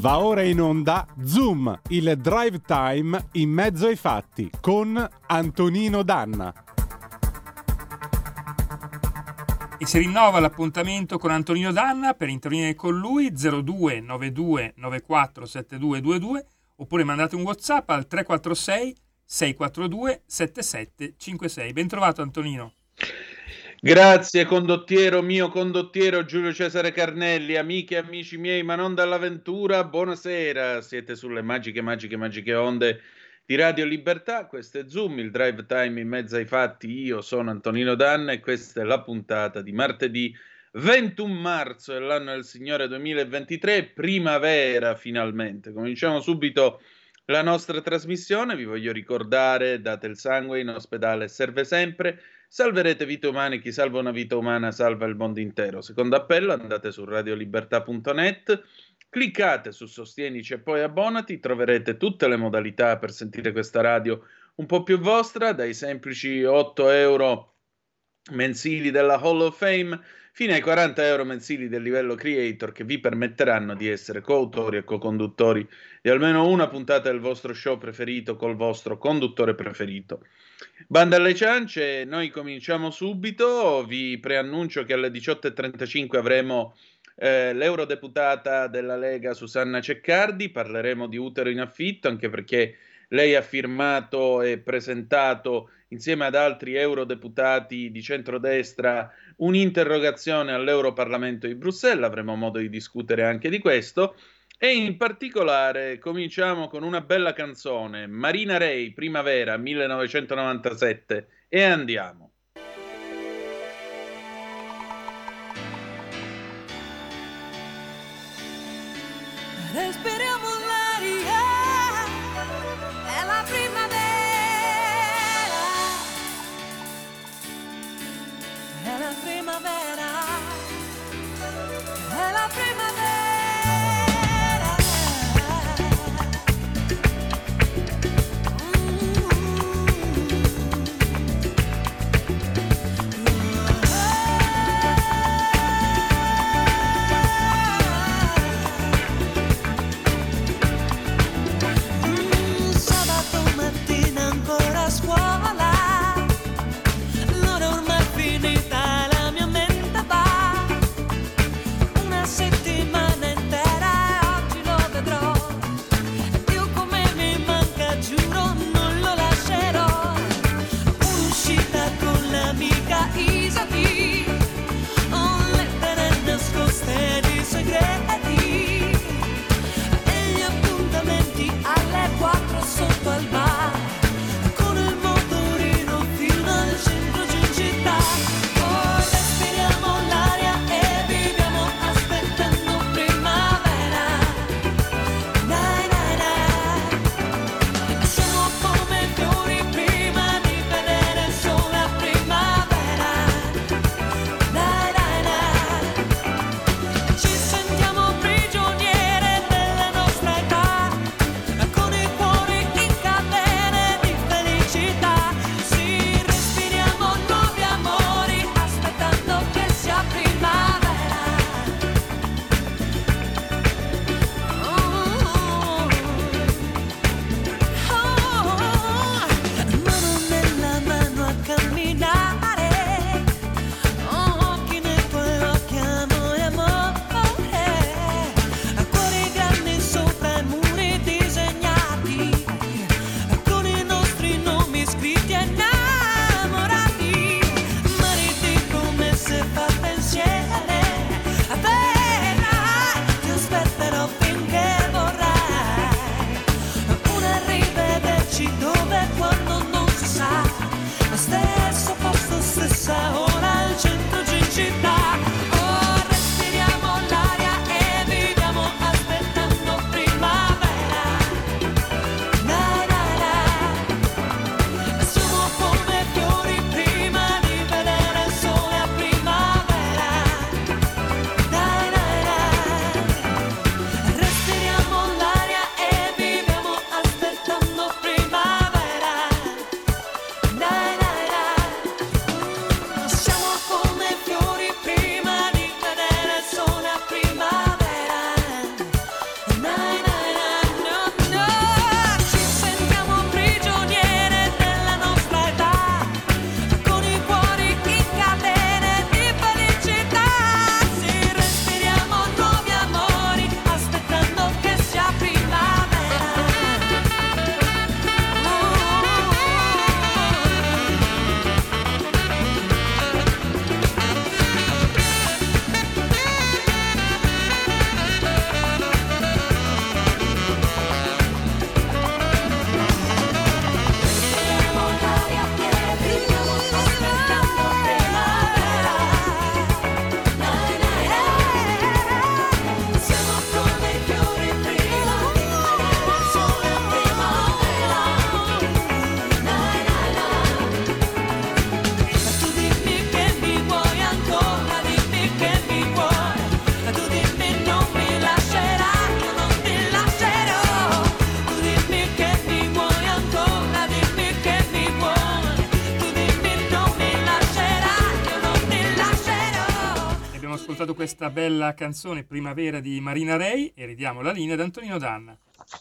Va ora in onda Zoom, il drive time in mezzo ai fatti con Antonino Danna. E si rinnova l'appuntamento con Antonino Danna. Per intervenire con lui 02 92 94 7222 oppure mandate un WhatsApp al 346 642 7756. Ben trovato Antonino. Grazie condottiero, mio condottiero Giulio Cesare Carnelli, amiche e amici miei, ma non dall'avventura, buonasera, siete sulle magiche onde di Radio Libertà, questo è Zoom, il drive time in mezzo ai fatti, io sono Antonino Danna e questa è la puntata di martedì 21 marzo dell'anno del Signore 2023, primavera finalmente. Cominciamo subito la nostra trasmissione, vi voglio ricordare, date il sangue, in ospedale serve sempre. Salverete vite umane, chi salva una vita umana salva il mondo intero. Secondo appello, andate su radiolibertà.net, cliccate su Sostienici e poi abbonati, troverete tutte le modalità per sentire questa radio un po' più vostra, dai semplici 8 euro mensili della Hall of Fame fino ai 40 euro mensili del livello creator, che vi permetteranno di essere coautori e co-conduttori di almeno una puntata del vostro show preferito col vostro conduttore preferito. Banda alle ciance, noi cominciamo subito. Vi preannuncio che alle 18.35 avremo l'eurodeputata della Lega Susanna Ceccardi, parleremo di utero in affitto, anche perché lei ha firmato e presentato insieme ad altri eurodeputati di centrodestra un'interrogazione all'Europarlamento di Bruxelles, avremo modo di discutere anche di questo. E in particolare cominciamo con una bella canzone, Marina Rey, Primavera 1997, e andiamo. Respiriamo l'aria, è la primavera, è la primavera, è la primavera. ascoltato questa bella canzone Primavera di Marina Ray e ridiamo la linea ad Antonino Danna.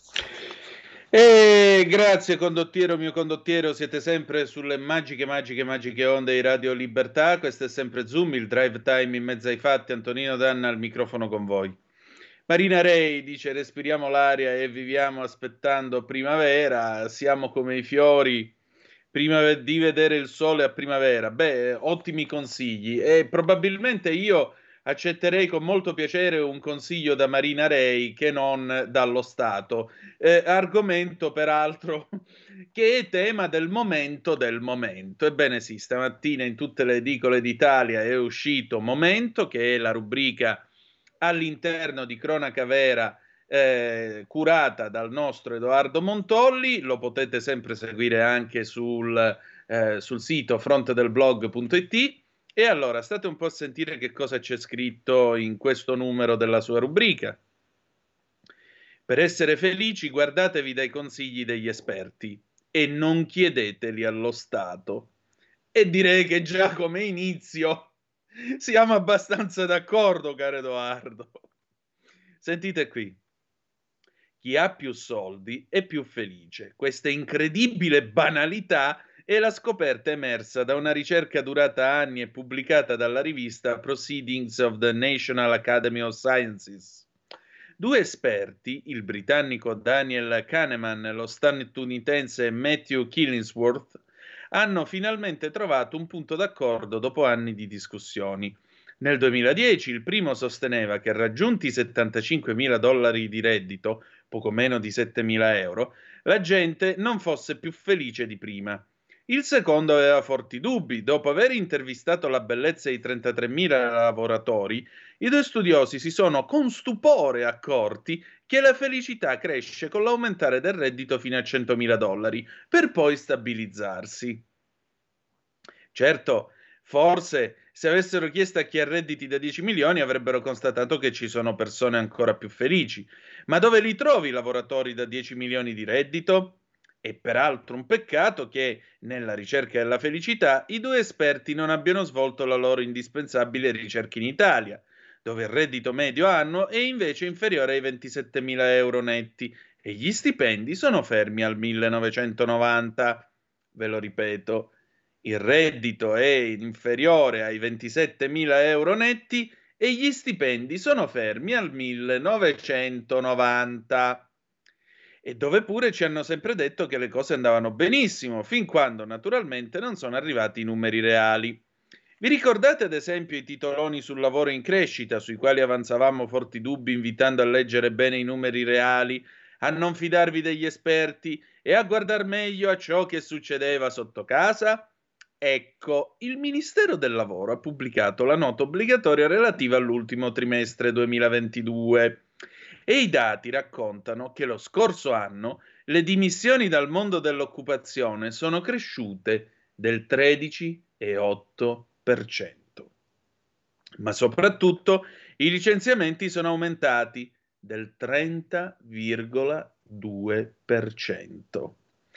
E grazie condottiero, mio condottiero, siete sempre sulle magiche onde di Radio Libertà. Questo è sempre Zoom, il drive time in mezzo ai fatti. Antonino Danna al microfono con voi. Marina Ray dice: respiriamo l'aria e viviamo aspettando primavera, siamo come i fiori prima di vedere il sole a primavera. Beh, ottimi consigli, e probabilmente io accetterei con molto piacere un consiglio da Marina Ray che non dallo Stato. Argomento peraltro che è tema del momento del momento. Ebbene sì, stamattina in tutte le edicole d'Italia è uscito Momento, che è la rubrica all'interno di Cronaca Vera curata dal nostro Edoardo Montolli. Lo potete sempre seguire anche sul sito frontedelblog.it. E allora state un po' a sentire che cosa c'è scritto in questo numero della sua rubrica. Per essere felici guardatevi dai consigli degli esperti e non chiedeteli allo Stato. E direi che già come inizio siamo abbastanza d'accordo, caro Edoardo. Sentite qui. Chi ha più soldi è più felice. Questa incredibile banalità è la scoperta emersa da una ricerca durata anni e pubblicata dalla rivista Proceedings of the National Academy of Sciences. Due esperti, il britannico Daniel Kahneman e lo statunitense Matthew Killingsworth, hanno finalmente trovato un punto d'accordo dopo anni di discussioni. Nel 2010 il primo sosteneva che raggiunti i $75.000 di reddito, poco meno di 7.000 euro, la gente non fosse più felice di prima. Il secondo aveva forti dubbi. Dopo aver intervistato la bellezza di 33.000 lavoratori, i due studiosi si sono con stupore accorti che la felicità cresce con l'aumentare del reddito fino a $100.000, per poi stabilizzarsi. Certo, forse se avessero chiesto a chi ha redditi da 10 milioni avrebbero constatato che ci sono persone ancora più felici. Ma dove li trovi i lavoratori da 10 milioni di reddito? È peraltro un peccato che, nella ricerca della felicità, i due esperti non abbiano svolto la loro indispensabile ricerca in Italia, dove il reddito medio annuo è invece inferiore ai 27.000 euro netti e gli stipendi sono fermi al 1990. Ve lo ripeto, il reddito è inferiore ai 27.000 euro netti e gli stipendi sono fermi al 1990. E dove pure ci hanno sempre detto che le cose andavano benissimo, fin quando naturalmente non sono arrivati i numeri reali. Vi ricordate ad esempio i titoloni sul lavoro in crescita, sui quali avanzavamo forti dubbi invitando a leggere bene i numeri reali, a non fidarvi degli esperti e a guardar meglio a ciò che succedeva sotto casa? Ecco, il Ministero del Lavoro ha pubblicato la nota obbligatoria relativa all'ultimo trimestre 2022. E i dati raccontano che lo scorso anno le dimissioni dal mondo dell'occupazione sono cresciute del 13,8%. Ma soprattutto i licenziamenti sono aumentati del 30,2%.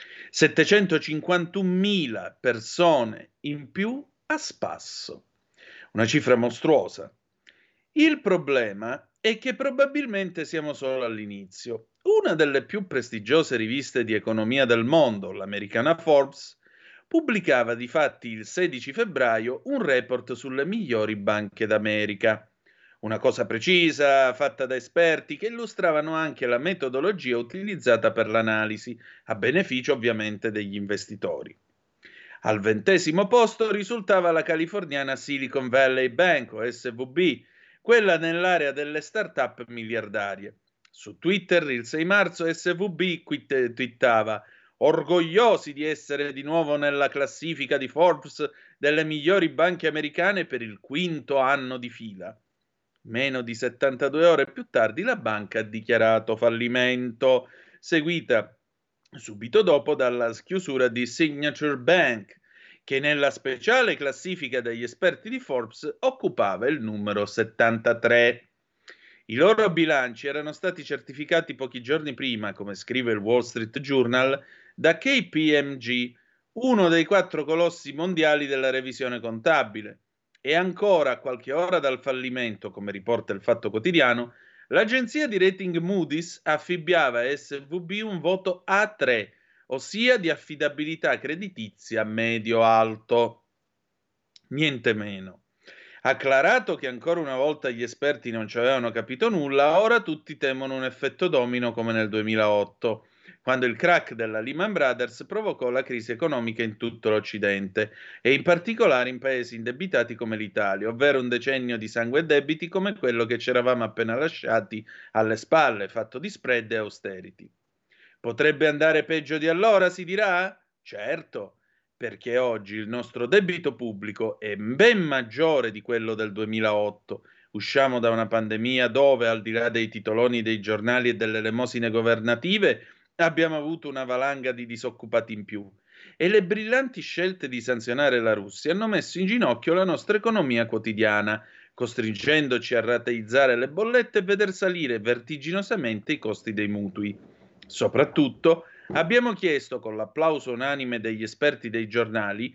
751.000 persone in più a spasso. Una cifra mostruosa. Il problema è che probabilmente siamo solo all'inizio. Una delle più prestigiose riviste di economia del mondo, l'americana Forbes, pubblicava difatti il 16 febbraio un report sulle migliori banche d'America. Una cosa precisa, fatta da esperti che illustravano anche la metodologia utilizzata per l'analisi, a beneficio ovviamente degli investitori. Al 20° posto risultava la californiana Silicon Valley Bank, o SVB, quella nell'area delle start-up miliardarie. Su Twitter il 6 marzo SVB twittava: orgogliosi di essere di nuovo nella classifica di Forbes delle migliori banche americane per il 5° anno di fila. Meno di 72 ore più tardi la banca ha dichiarato fallimento, seguita subito dopo dalla chiusura di Signature Bank, che nella speciale classifica degli esperti di Forbes occupava il numero 73. I loro bilanci erano stati certificati pochi giorni prima, come scrive il Wall Street Journal, da KPMG, uno dei 4 colossi mondiali della revisione contabile. E ancora a qualche ora dal fallimento, come riporta il Fatto Quotidiano, l'agenzia di rating Moody's affibbiava a SVB un voto A3, ossia di affidabilità creditizia medio-alto. Niente meno. Acclarato che ancora una volta gli esperti non ci avevano capito nulla, ora tutti temono un effetto domino come nel 2008, quando il crack della Lehman Brothers provocò la crisi economica in tutto l'Occidente e in particolare in paesi indebitati come l'Italia, ovvero un decennio di sangue e debiti come quello che ci eravamo appena lasciati alle spalle, fatto di spread e austerity. Potrebbe andare peggio di allora, si dirà? Certo, perché oggi il nostro debito pubblico è ben maggiore di quello del 2008. Usciamo da una pandemia dove, al di là dei titoloni dei giornali e delle elemosine governative, abbiamo avuto una valanga di disoccupati in più. E le brillanti scelte di sanzionare la Russia hanno messo in ginocchio la nostra economia quotidiana, costringendoci a rateizzare le bollette e veder salire vertiginosamente i costi dei mutui. Soprattutto, abbiamo chiesto, con l'applauso unanime degli esperti dei giornali,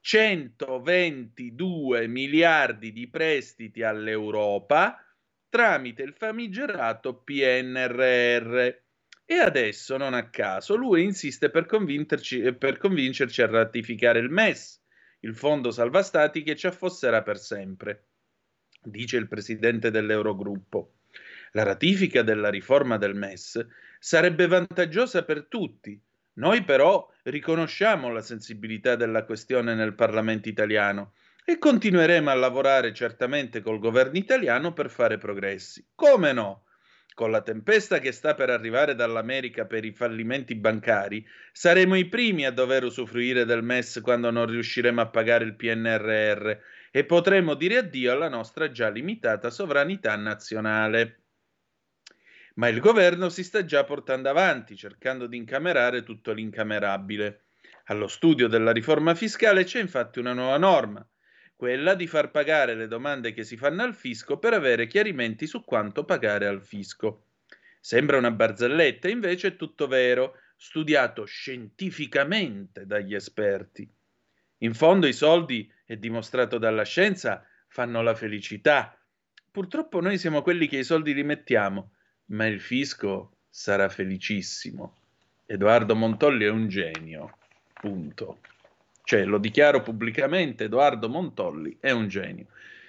122 miliardi di prestiti all'Europa tramite il famigerato PNRR. E adesso, non a caso, lui insiste per convincerci a ratificare il MES, il fondo salva stati che ci affosserà per sempre, dice il presidente dell'Eurogruppo. La ratifica della riforma del MES sarebbe vantaggiosa per tutti. Noi però riconosciamo la sensibilità della questione nel Parlamento italiano e continueremo a lavorare certamente col governo italiano per fare progressi. Come no? Con la tempesta che sta per arrivare dall'America per i fallimenti bancari, saremo i primi a dover usufruire del MES quando non riusciremo a pagare il PNRR e potremo dire addio alla nostra già limitata sovranità nazionale. Ma il governo si sta già portando avanti, cercando di incamerare tutto l'incamerabile. Allo studio della riforma fiscale c'è infatti una nuova norma, quella di far pagare le domande che si fanno al fisco per avere chiarimenti su quanto pagare al fisco. Sembra una barzelletta, invece è tutto vero, studiato scientificamente dagli esperti. In fondo i soldi, è dimostrato dalla scienza, fanno la felicità. Purtroppo noi siamo quelli che i soldi li mettiamo, ma il fisco sarà felicissimo. Edoardo Montolli è un genio, punto. Cioè, lo dichiaro pubblicamente, Edoardo Montolli è un genio.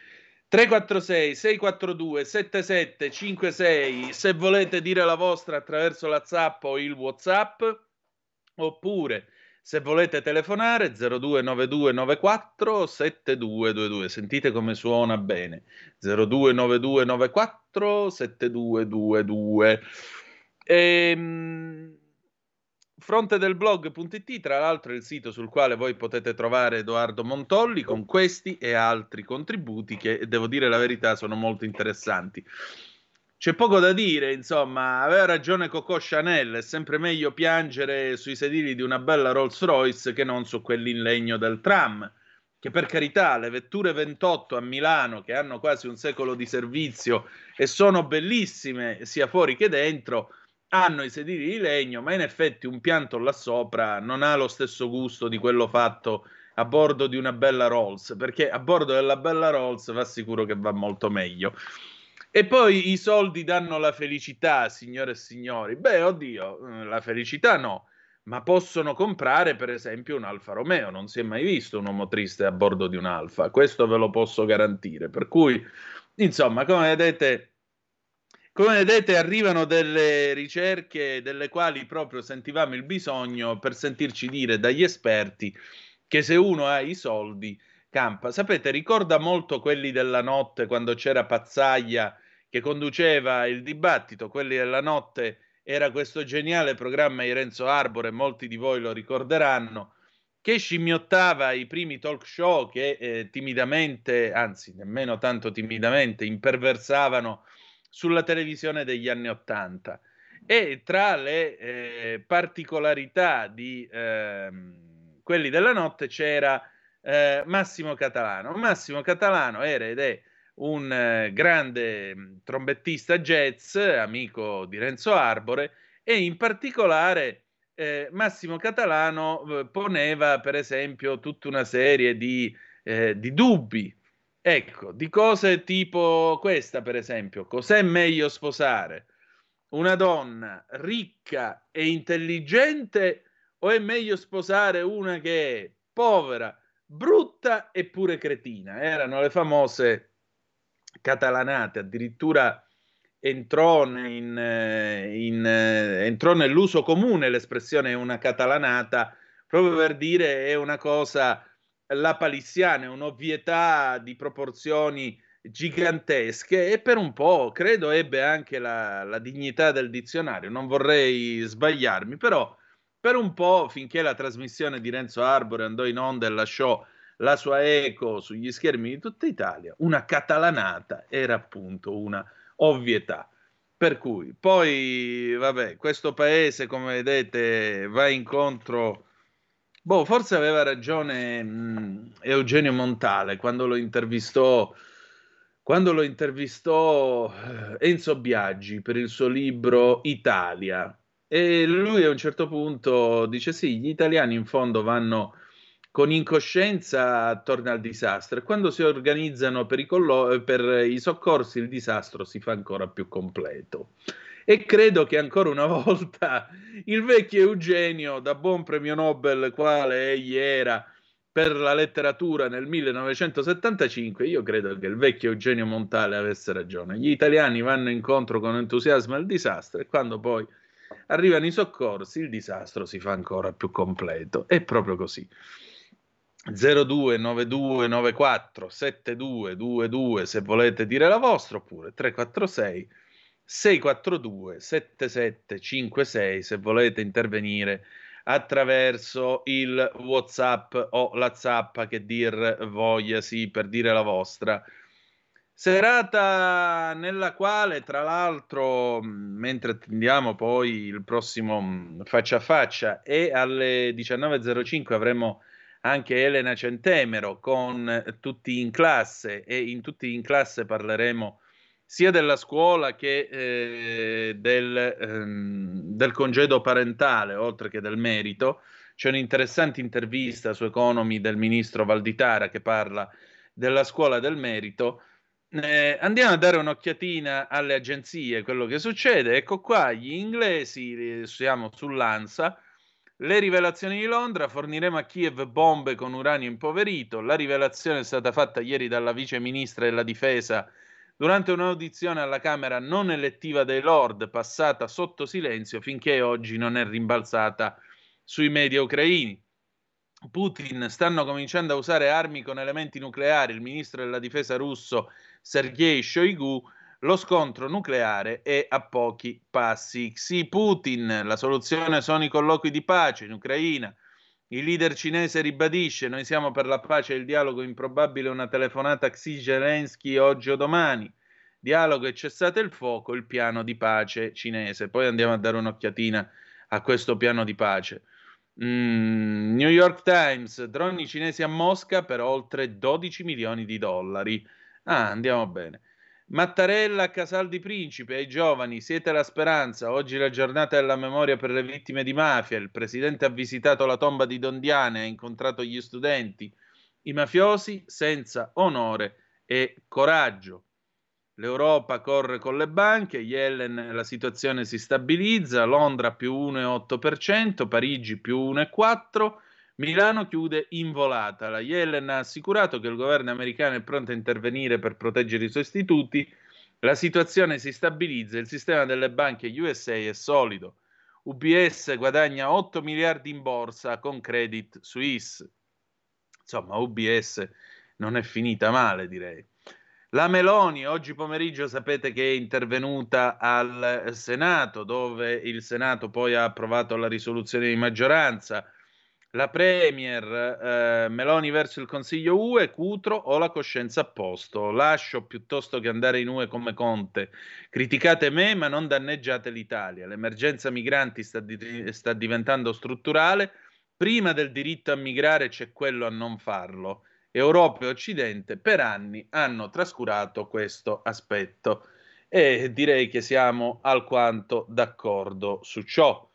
346-642-7756, se volete dire la vostra attraverso la Zap o il WhatsApp, oppure se volete telefonare 029294 7222. Sentite come suona bene. 029294 7222. Frontedelblog.it, tra l'altro, è il sito sul quale voi potete trovare Edoardo Montolli con questi e altri contributi che, devo dire la verità, sono molto interessanti. C'è poco da dire, insomma, aveva ragione Coco Chanel, è sempre meglio piangere sui sedili di una bella Rolls Royce che non su quelli in legno del tram, che per carità le vetture 28 a Milano, che hanno quasi un secolo di servizio e sono bellissime sia fuori che dentro, hanno i sedili di legno, ma in effetti un pianto là sopra non ha lo stesso gusto di quello fatto a bordo di una bella Rolls, perché a bordo della bella Rolls va sicuro che va molto meglio. E poi i soldi danno la felicità, signore e signori. Beh, oddio, la felicità no, ma possono comprare per esempio un Alfa Romeo. Non si è mai visto un uomo triste a bordo di un Alfa, questo ve lo posso garantire. Per cui, insomma, come vedete, arrivano delle ricerche delle quali proprio sentivamo il bisogno per sentirci dire dagli esperti che se uno ha i soldi campa. Sapete, ricorda molto quelli della notte quando c'era Pazzaglia che conduceva il dibattito. Quelli della notte era questo geniale programma di Renzo Arbore, molti di voi lo ricorderanno, che scimmiottava i primi talk show che timidamente, anzi nemmeno tanto timidamente, imperversavano sulla televisione degli anni '80. E tra le particolarità di quelli della notte c'era Massimo Catalano. Massimo Catalano era ed è un grande trombettista jazz, amico di Renzo Arbore, e in particolare Massimo Catalano poneva per esempio tutta una serie di dubbi Ecco, di cose tipo questa, per esempio, cos'è meglio sposare? Una donna ricca e intelligente o è meglio sposare una che è povera, brutta e pure cretina? Erano le famose catalanate, addirittura entrò nell'uso comune l'espressione una catalanata proprio per dire è una cosa lapalissiana, è un'ovvietà di proporzioni gigantesche e per un po' credo ebbe anche la dignità del dizionario. Non vorrei sbagliarmi, però per un po', finché la trasmissione di Renzo Arbore andò in onda e lasciò la sua eco sugli schermi di tutta Italia, una catalanata era appunto una ovvietà. Per cui, poi, vabbè, questo paese, come vedete, va incontro. Boh, forse aveva ragione Eugenio Montale quando lo intervistò Enzo Biaggi per il suo libro Italia. E lui a un certo punto dice: sì, gli italiani in fondo vanno con incoscienza attorno al disastro e quando si organizzano per i soccorsi il disastro si fa ancora più completo. E credo che ancora una volta il vecchio Eugenio, da buon premio Nobel quale egli era per la letteratura nel 1975, io credo che il vecchio Eugenio Montale avesse ragione. Gli italiani vanno incontro con entusiasmo al disastro e quando poi arrivano i soccorsi il disastro si fa ancora più completo. È proprio così. 029294 7222 se volete dire la vostra, oppure 346 642 7756 se volete intervenire attraverso il WhatsApp o la zappa che dir voglia, sì, per dire la vostra. Serata nella quale, tra l'altro, mentre attendiamo poi il prossimo faccia a faccia e alle 19.05 avremo anche Elena Centemero con tutti in classe e in tutti in classe parleremo sia della scuola che del congedo parentale, oltre che del merito. C'è un'interessante intervista su Economy del ministro Valditara che parla della scuola del merito. Andiamo a dare un'occhiatina alle agenzie, quello che succede. Ecco qua, gli inglesi, siamo sull'ANSA. Le rivelazioni di Londra, forniremo a Kiev bombe con uranio impoverito. La rivelazione è stata fatta ieri dalla vice ministra della difesa durante un'audizione alla Camera non elettiva dei Lord, passata sotto silenzio finché oggi non è rimbalzata sui media ucraini. Putin stanno cominciando a usare armi con elementi nucleari. Il ministro della difesa russo Sergei Shoigu, lo scontro nucleare è a pochi passi. Xi Putin, la soluzione sono i colloqui di pace in Ucraina. Il leader cinese ribadisce: noi siamo per la pace e il dialogo, improbabile una telefonata Xi Zelensky oggi o domani. Dialogo e cessate il fuoco, il piano di pace cinese. Poi andiamo a dare un'occhiatina a questo piano di pace. New York Times, droni cinesi a Mosca per oltre 12 milioni di dollari. Ah, andiamo bene. Mattarella a Casal di Principe, ai giovani, siete la speranza. Oggi è la giornata della memoria per le vittime di mafia. Il presidente ha visitato la tomba di Dondiane, ha incontrato gli studenti, i mafiosi senza onore e coraggio. L'Europa corre con le banche, Yellen, la situazione si stabilizza, Londra più 1,8%, Parigi più 1,4%, Milano chiude in volata. La Yellen ha assicurato che il governo americano è pronto a intervenire per proteggere i suoi istituti, la situazione si stabilizza, il sistema delle banche USA è solido. UBS guadagna 8 miliardi in borsa con Credit Suisse. Insomma, UBS non è finita male, direi. La Meloni oggi pomeriggio sapete che è intervenuta al Senato, dove il Senato poi ha approvato la risoluzione di maggioranza. La Premier Meloni verso il Consiglio UE, Cutro o la coscienza a posto. Lascio piuttosto che andare in UE come Conte. Criticate me ma non danneggiate l'Italia. L'emergenza migranti sta diventando strutturale. Prima del diritto a migrare c'è quello a non farlo. Europa e Occidente per anni hanno trascurato questo aspetto e direi che siamo alquanto d'accordo su ciò.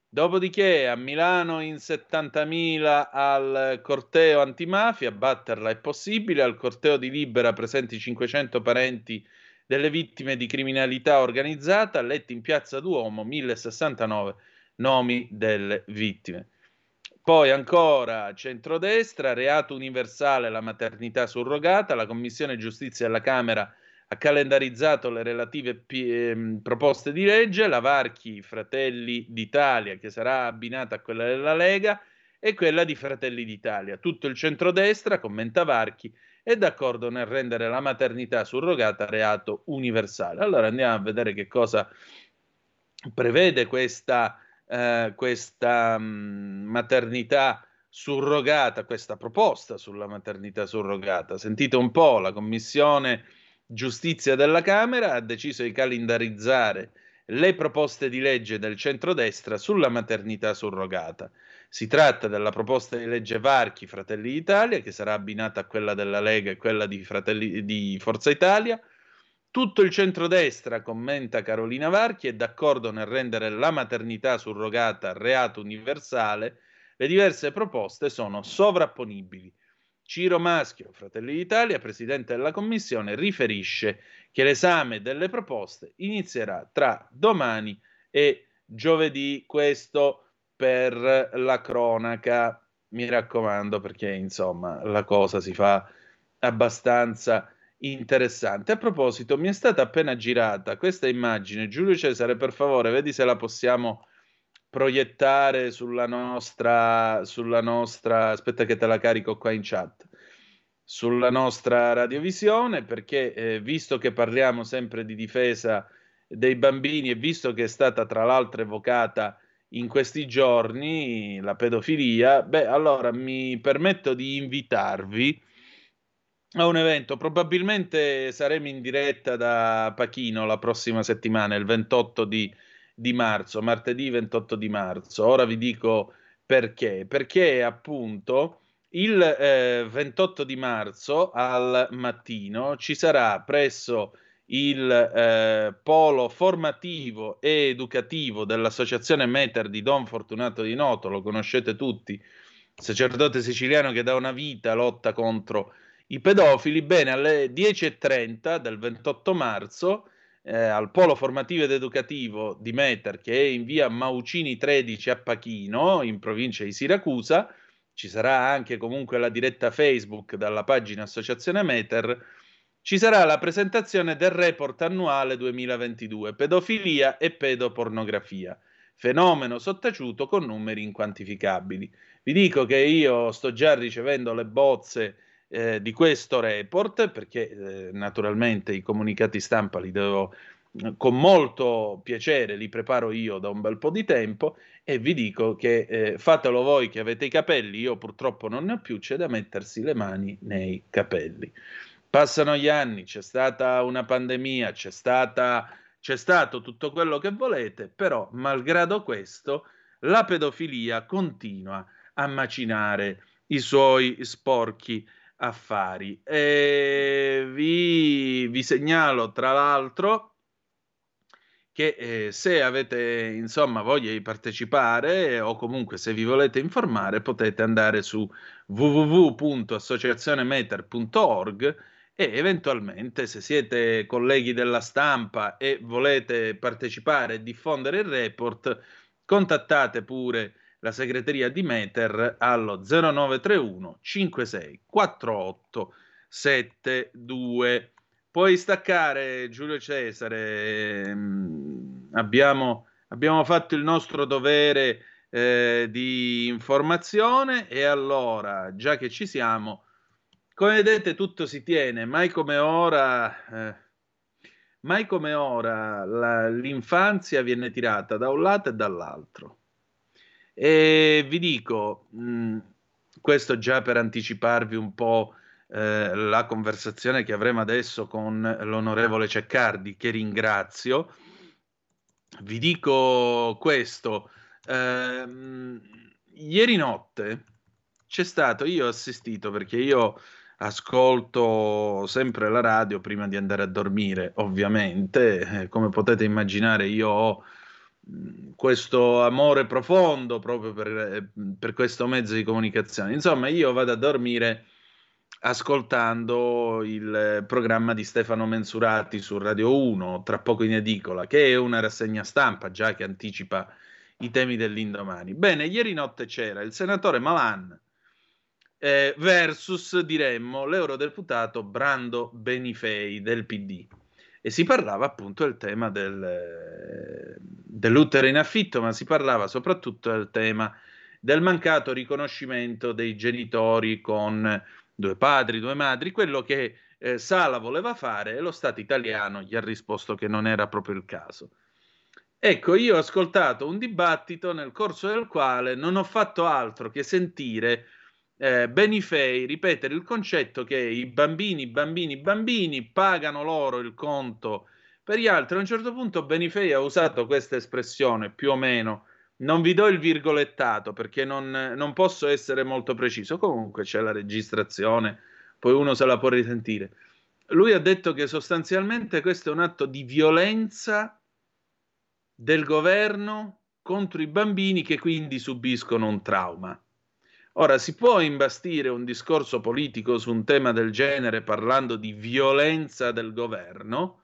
Dopodiché a Milano in 70.000 al corteo antimafia, batterla è possibile, al corteo di Libera presenti 500 parenti delle vittime di criminalità organizzata, letti in piazza Duomo 1069 nomi delle vittime. Poi ancora centrodestra, reato universale la maternità surrogata, la Commissione Giustizia alla Camera ha calendarizzato le relative proposte di legge, la Varchi Fratelli d'Italia che sarà abbinata a quella della Lega e quella di Fratelli d'Italia. Tutto il centrodestra, commenta Varchi, è d'accordo nel rendere la maternità surrogata reato universale. Allora andiamo a vedere che cosa prevede questa maternità surrogata, questa proposta sulla maternità surrogata. Sentite un po', la Commissione Giustizia della Camera ha deciso di calendarizzare le proposte di legge del centrodestra sulla maternità surrogata. Si tratta della proposta di legge Varchi Fratelli d'Italia, che sarà abbinata a quella della Lega e quella di Forza Italia. Tutto il centrodestra, commenta Carolina Varchi, è d'accordo nel rendere la maternità surrogata reato universale. Le diverse proposte sono sovrapponibili. Ciro Maschio, Fratelli d'Italia, presidente della commissione, riferisce che l'esame delle proposte inizierà tra domani e giovedì. Questo per la cronaca, mi raccomando, perché insomma la cosa si fa abbastanza interessante. A proposito, mi è stata appena girata questa immagine. Giulio Cesare, per favore, vedi se la possiamo proiettare sulla nostra, aspetta che te la carico qua in chat, sulla nostra radiovisione, perché visto che parliamo sempre di difesa dei bambini e visto che è stata tra l'altro evocata in questi giorni la pedofilia, beh, allora mi permetto di invitarvi a un evento. Probabilmente saremo in diretta da Pachino la prossima settimana, il 28 di marzo, martedì 28 di marzo. Ora vi dico perché. Perché appunto il 28 di marzo al mattino ci sarà presso il polo formativo e educativo dell'Associazione Meter di Don Fortunato di Noto, lo conoscete tutti, sacerdote siciliano che da una vita lotta contro i pedofili. Bene, alle 10:30 del 28 marzo al polo formativo ed educativo di Meter, che è in via Maucini 13 a Pachino, in provincia di Siracusa, ci sarà anche comunque la diretta Facebook dalla pagina Associazione Meter, ci sarà la presentazione del report annuale 2022, pedofilia e pedopornografia, fenomeno sottaciuto con numeri inquantificabili. Vi dico che io sto già ricevendo le bozze di questo report, perché naturalmente i comunicati stampa li devo con molto piacere, li preparo io da un bel po' di tempo, e vi dico che fatelo voi che avete i capelli, io purtroppo non ne ho più, c'è da mettersi le mani nei capelli. Passano gli anni, c'è stata una pandemia, c'è stato tutto quello che volete, però malgrado questo la pedofilia continua a macinare i suoi sporchi affari. E vi segnalo tra l'altro che se avete insomma voglia di partecipare o comunque se vi volete informare potete andare su www.associazionemeter.org e eventualmente se siete colleghi della stampa e volete partecipare e diffondere il report, contattate pure la segreteria di Meter allo 0931 56 48 72. Puoi staccare, Giulio Cesare. Abbiamo fatto il nostro dovere di informazione e allora, già che ci siamo, come vedete tutto si tiene, mai come ora l'infanzia viene tirata da un lato e dall'altro. E vi dico, questo già per anticiparvi un po' la conversazione che avremo adesso con l'onorevole Ceccardi, che ringrazio. Vi dico questo, ieri notte c'è stato, io ho assistito perché io ascolto sempre la radio prima di andare a dormire, ovviamente, come potete immaginare io ho questo amore profondo proprio per questo mezzo di comunicazione. Insomma, io vado a dormire ascoltando il programma di Stefano Mensurati su Radio 1, Tra poco in edicola, che è una rassegna stampa già che anticipa i temi dell'indomani. Bene, ieri notte c'era il senatore Malan versus, diremmo, l'eurodeputato Brando Benifei del PD. E si parlava appunto del tema dell'utero in affitto, ma si parlava soprattutto del tema del mancato riconoscimento dei genitori con 2 padri, 2 madri, quello che Sala voleva fare e lo Stato italiano gli ha risposto che non era proprio il caso. Ecco, io ho ascoltato un dibattito nel corso del quale non ho fatto altro che sentire Benifei ripetere il concetto che i bambini pagano loro il conto per gli altri. A un certo punto Benifei ha usato questa espressione, più o meno, non vi do il virgolettato perché non posso essere molto preciso, comunque c'è la registrazione, poi uno se la può risentire. Lui ha detto che sostanzialmente questo è un atto di violenza del governo contro i bambini che quindi subiscono un trauma. Ora, si può imbastire un discorso politico su un tema del genere parlando di violenza del governo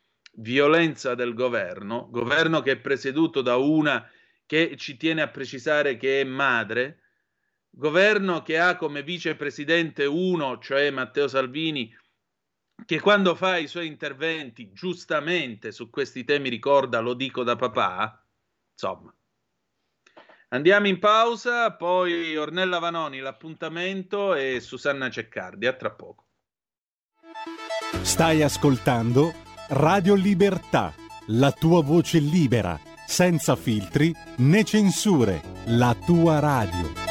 governo che è presieduto da una che ci tiene a precisare che è madre, governo che ha come vicepresidente uno, cioè Matteo Salvini, che quando fa i suoi interventi giustamente su questi temi ricorda "lo dico da papà", insomma. Andiamo in pausa, poi Ornella Vanoni, l'appuntamento, e Susanna Ceccardi. A tra poco. Stai ascoltando Radio Libertà, la tua voce libera, senza filtri né censure, la tua radio.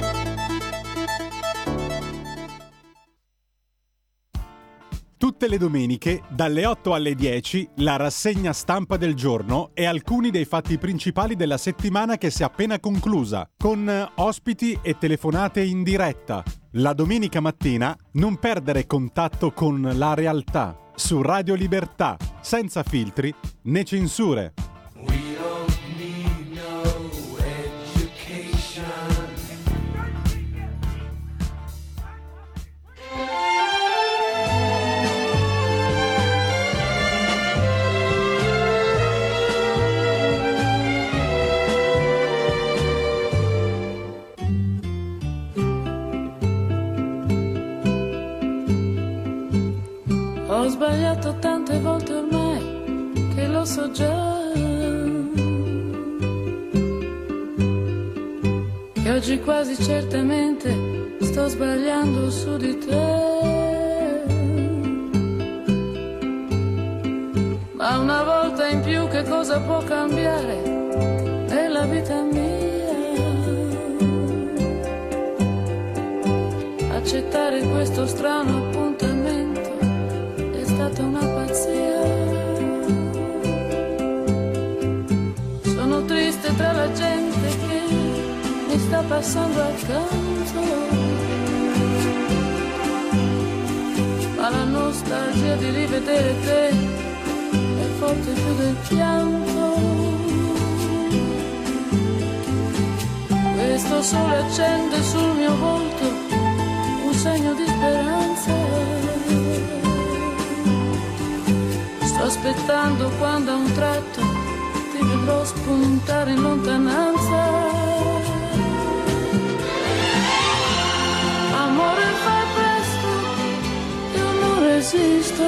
Tutte le domeniche, dalle 8 alle 10, la rassegna stampa del giorno e alcuni dei fatti principali della settimana che si è appena conclusa, con ospiti e telefonate in diretta. La domenica mattina non perdere contatto con la realtà, su Radio Libertà, senza filtri né censure. Ho sbagliato tante volte ormai che lo so già, che oggi quasi certamente sto sbagliando su di te. Ma una volta in più che cosa può cambiare nella vita mia? Accettare questo strano appuntamento è stata una pazzia. Sono triste tra la gente che mi sta passando accanto, ma la nostalgia di rivedere te è forte più del pianto. Questo sole accende sul mio volto un segno di speranza. Sto aspettando quando a un tratto ti vedrò spuntare in lontananza. Amore, fai presto, io non resisto.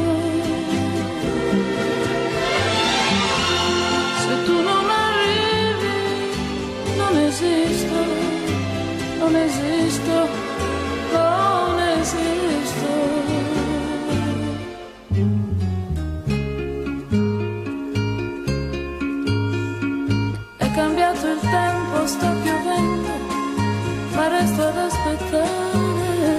Se tu non arrivi, non esisto, non esisto, non esisto. Il tempo sta piovendo, ma resto ad aspettare.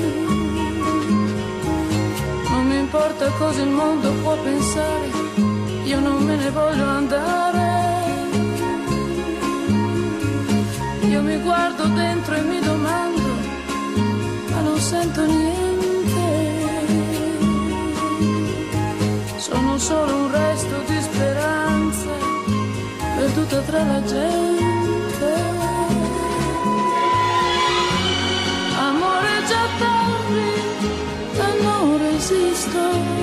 Non mi importa cosa il mondo può pensare, io non me ne voglio andare. Io mi guardo dentro e mi domando, ma non sento niente. Sono solo un resto di speranza seduta tra la gente. Amore già tardi e non resisto.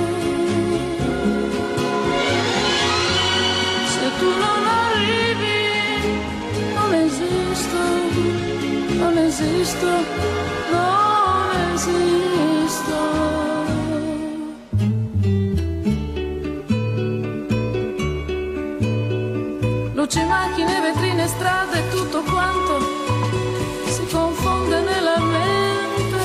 Se tu non arrivi non esisto, non esisto, non esisto. Luci, macchine, vetrine, strade, tutto quanto si confonde nella mente.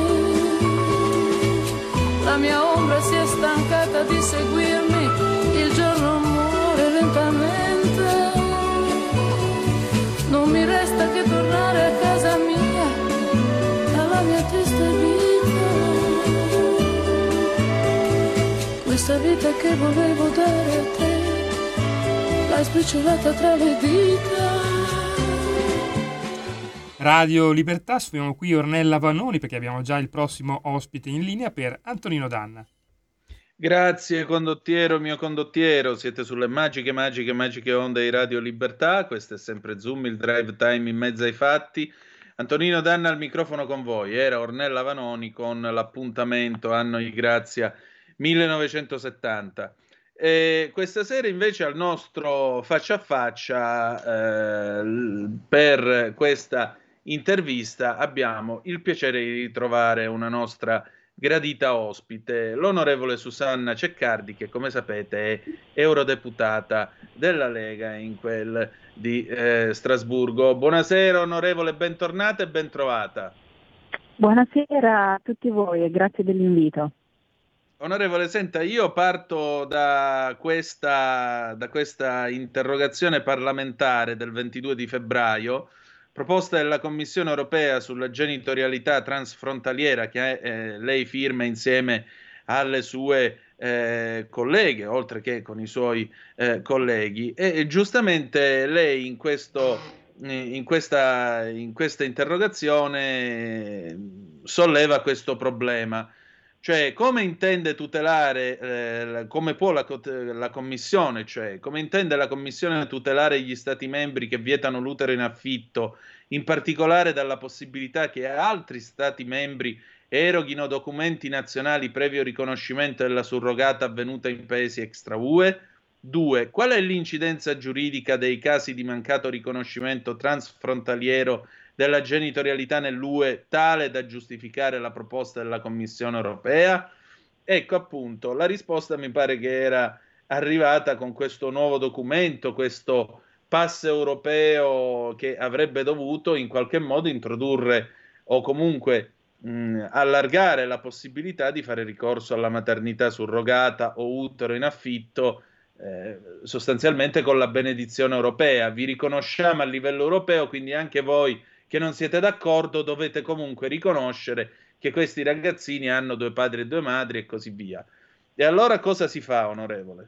La mia ombra si è stancata di seguirmi, il giorno muore lentamente. Non mi resta che tornare a casa mia, alla mia triste vita. Questa vita che volevo dare a te l'hai spicciolata tra le dita. Radio Libertà, sfidiamo qui Ornella Vanoni perché abbiamo già il prossimo ospite in linea per Antonino Danna. Grazie condottiero, mio condottiero, siete sulle magiche onde di Radio Libertà, questo è sempre Zoom, il drive time in mezzo ai fatti. Antonino Danna al microfono con voi, era Ornella Vanoni con l'appuntamento Anno di Grazia 1970. Questa sera invece al nostro faccia a faccia per questa intervista abbiamo il piacere di ritrovare una nostra gradita ospite, l'onorevole Susanna Ceccardi, che come sapete è eurodeputata della Lega in quel di Strasburgo. Buonasera onorevole, bentornata e bentrovata. Buonasera a tutti voi e grazie dell'invito. Onorevole, senta, io parto da questa interrogazione parlamentare del 22 di febbraio, proposta della Commissione europea sulla genitorialità transfrontaliera, che lei firma insieme alle sue colleghe, oltre che con i suoi colleghi. E giustamente lei in questa interrogazione solleva questo problema. Cioè, come intende tutelare, come può la Commissione, cioè, come intende la Commissione tutelare gli Stati membri che vietano l'utero in affitto, in particolare dalla possibilità che altri Stati membri eroghino documenti nazionali previo riconoscimento della surrogata avvenuta in paesi extra UE? 2. Qual è l'incidenza giuridica dei casi di mancato riconoscimento transfrontaliero della genitorialità nell'UE tale da giustificare la proposta della Commissione europea? Ecco, appunto, la risposta mi pare che era arrivata con questo nuovo documento, questo pass europeo che avrebbe dovuto in qualche modo introdurre o comunque allargare la possibilità di fare ricorso alla maternità surrogata o utero in affitto, sostanzialmente con la benedizione europea. Vi riconosciamo a livello europeo, quindi anche voi che non siete d'accordo dovete comunque riconoscere che questi ragazzini hanno due padri e due madri e così via. E allora cosa si fa, onorevole?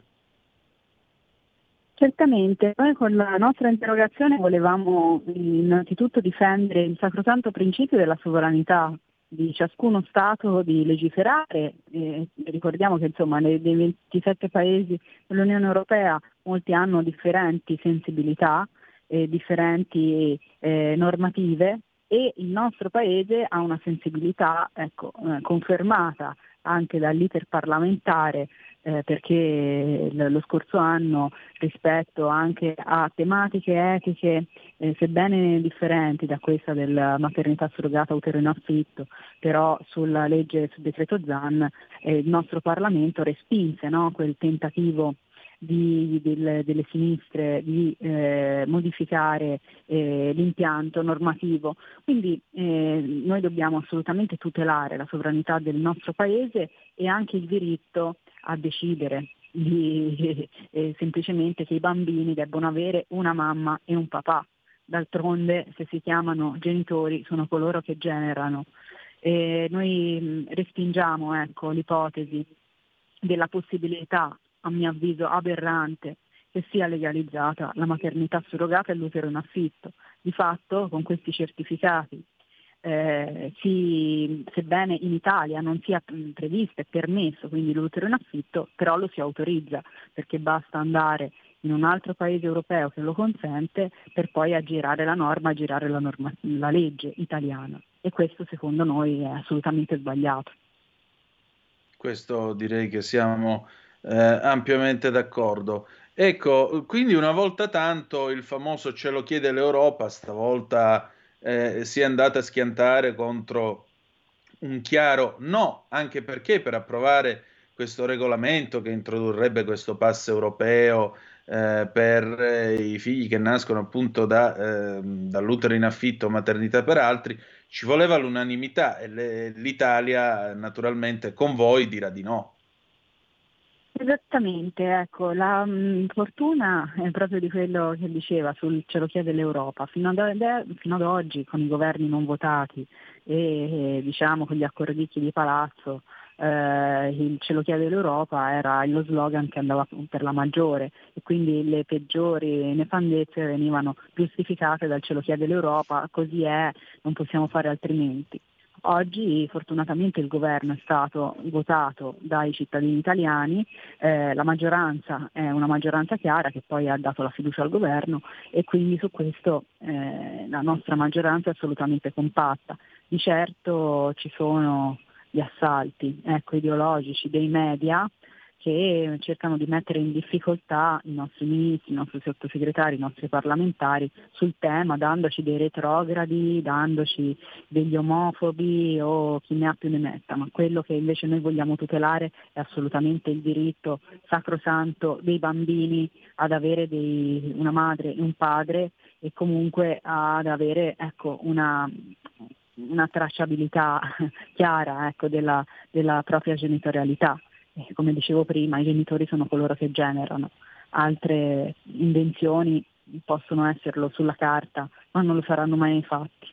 Certamente, noi con la nostra interrogazione volevamo innanzitutto difendere il sacrosanto principio della sovranità di ciascuno Stato di legiferare. Ricordiamo che insomma nei 27 paesi dell'Unione Europea molti hanno differenti sensibilità, differenti normative, e il nostro Paese ha una sensibilità confermata anche dall'iter parlamentare, perché lo scorso anno, rispetto anche a tematiche etiche sebbene differenti da questa della maternità surrogata utero in affitto, però sulla legge sul decreto Zan, il nostro Parlamento respinse, no, quel tentativo delle sinistre di modificare l'impianto normativo. Quindi noi dobbiamo assolutamente tutelare la sovranità del nostro Paese e anche il diritto a decidere semplicemente che i bambini debbano avere una mamma e un papà. D'altronde, se si chiamano genitori, sono coloro che generano. Noi respingiamo l'ipotesi della possibilità, a mio avviso aberrante, che sia legalizzata la maternità surrogata e l'utero in affitto. Di fatto, con questi certificati, sebbene in Italia non sia previsto e permesso quindi l'utero in affitto, però lo si autorizza, perché basta andare in un altro paese europeo che lo consente, per poi aggirare la norma, la legge italiana. E questo secondo noi è assolutamente sbagliato. Questo direi che siamo ampiamente d'accordo. Ecco, quindi una volta tanto il famoso ce lo chiede l'Europa, stavolta si è andata a schiantare contro un chiaro no, anche perché per approvare questo regolamento che introdurrebbe questo pass europeo per i figli che nascono appunto dall'utero in affitto o maternità per altri, ci voleva l'unanimità e l'Italia naturalmente con voi dirà di no. Esattamente, ecco, la fortuna è proprio di quello che diceva sul ce lo chiede l'Europa. Fino ad oggi, con i governi non votati e diciamo con gli accordicchi di palazzo, il ce lo chiede l'Europa era lo slogan che andava per la maggiore, e quindi le peggiori nefandezze venivano giustificate dal ce lo chiede l'Europa, così è, non possiamo fare altrimenti. Oggi fortunatamente il governo è stato votato dai cittadini italiani, la maggioranza è una maggioranza chiara che poi ha dato la fiducia al governo, e quindi su questo la nostra maggioranza è assolutamente compatta. Di certo ci sono gli assalti, ideologici dei media che cercano di mettere in difficoltà i nostri ministri, i nostri sottosegretari, i nostri parlamentari sul tema, dandoci dei retrogradi, dandoci degli omofobi o chi ne ha più ne metta, ma quello che invece noi vogliamo tutelare è assolutamente il diritto sacrosanto dei bambini ad avere una madre e un padre, e comunque ad avere una tracciabilità chiara della propria genitorialità. Come dicevo prima, i genitori sono coloro che generano, altre invenzioni possono esserlo sulla carta, ma non lo saranno mai nei fatti.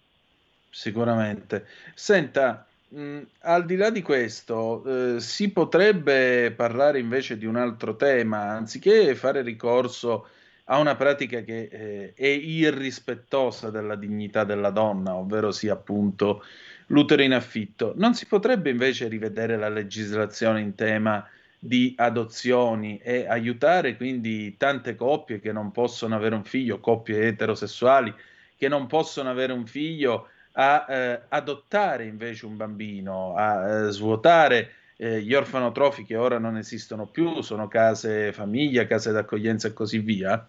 Sicuramente. Senta, al di là di questo, si potrebbe parlare invece di un altro tema, anziché fare ricorso a una pratica che è irrispettosa della dignità della donna, ovvero sia appunto l'utero in affitto. Non si potrebbe invece rivedere la legislazione in tema di adozioni e aiutare quindi tante coppie che non possono avere un figlio, coppie eterosessuali che non possono avere un figlio, a adottare invece un bambino, a svuotare gli orfanotrofi che ora non esistono più, sono case famiglia, case d'accoglienza e così via?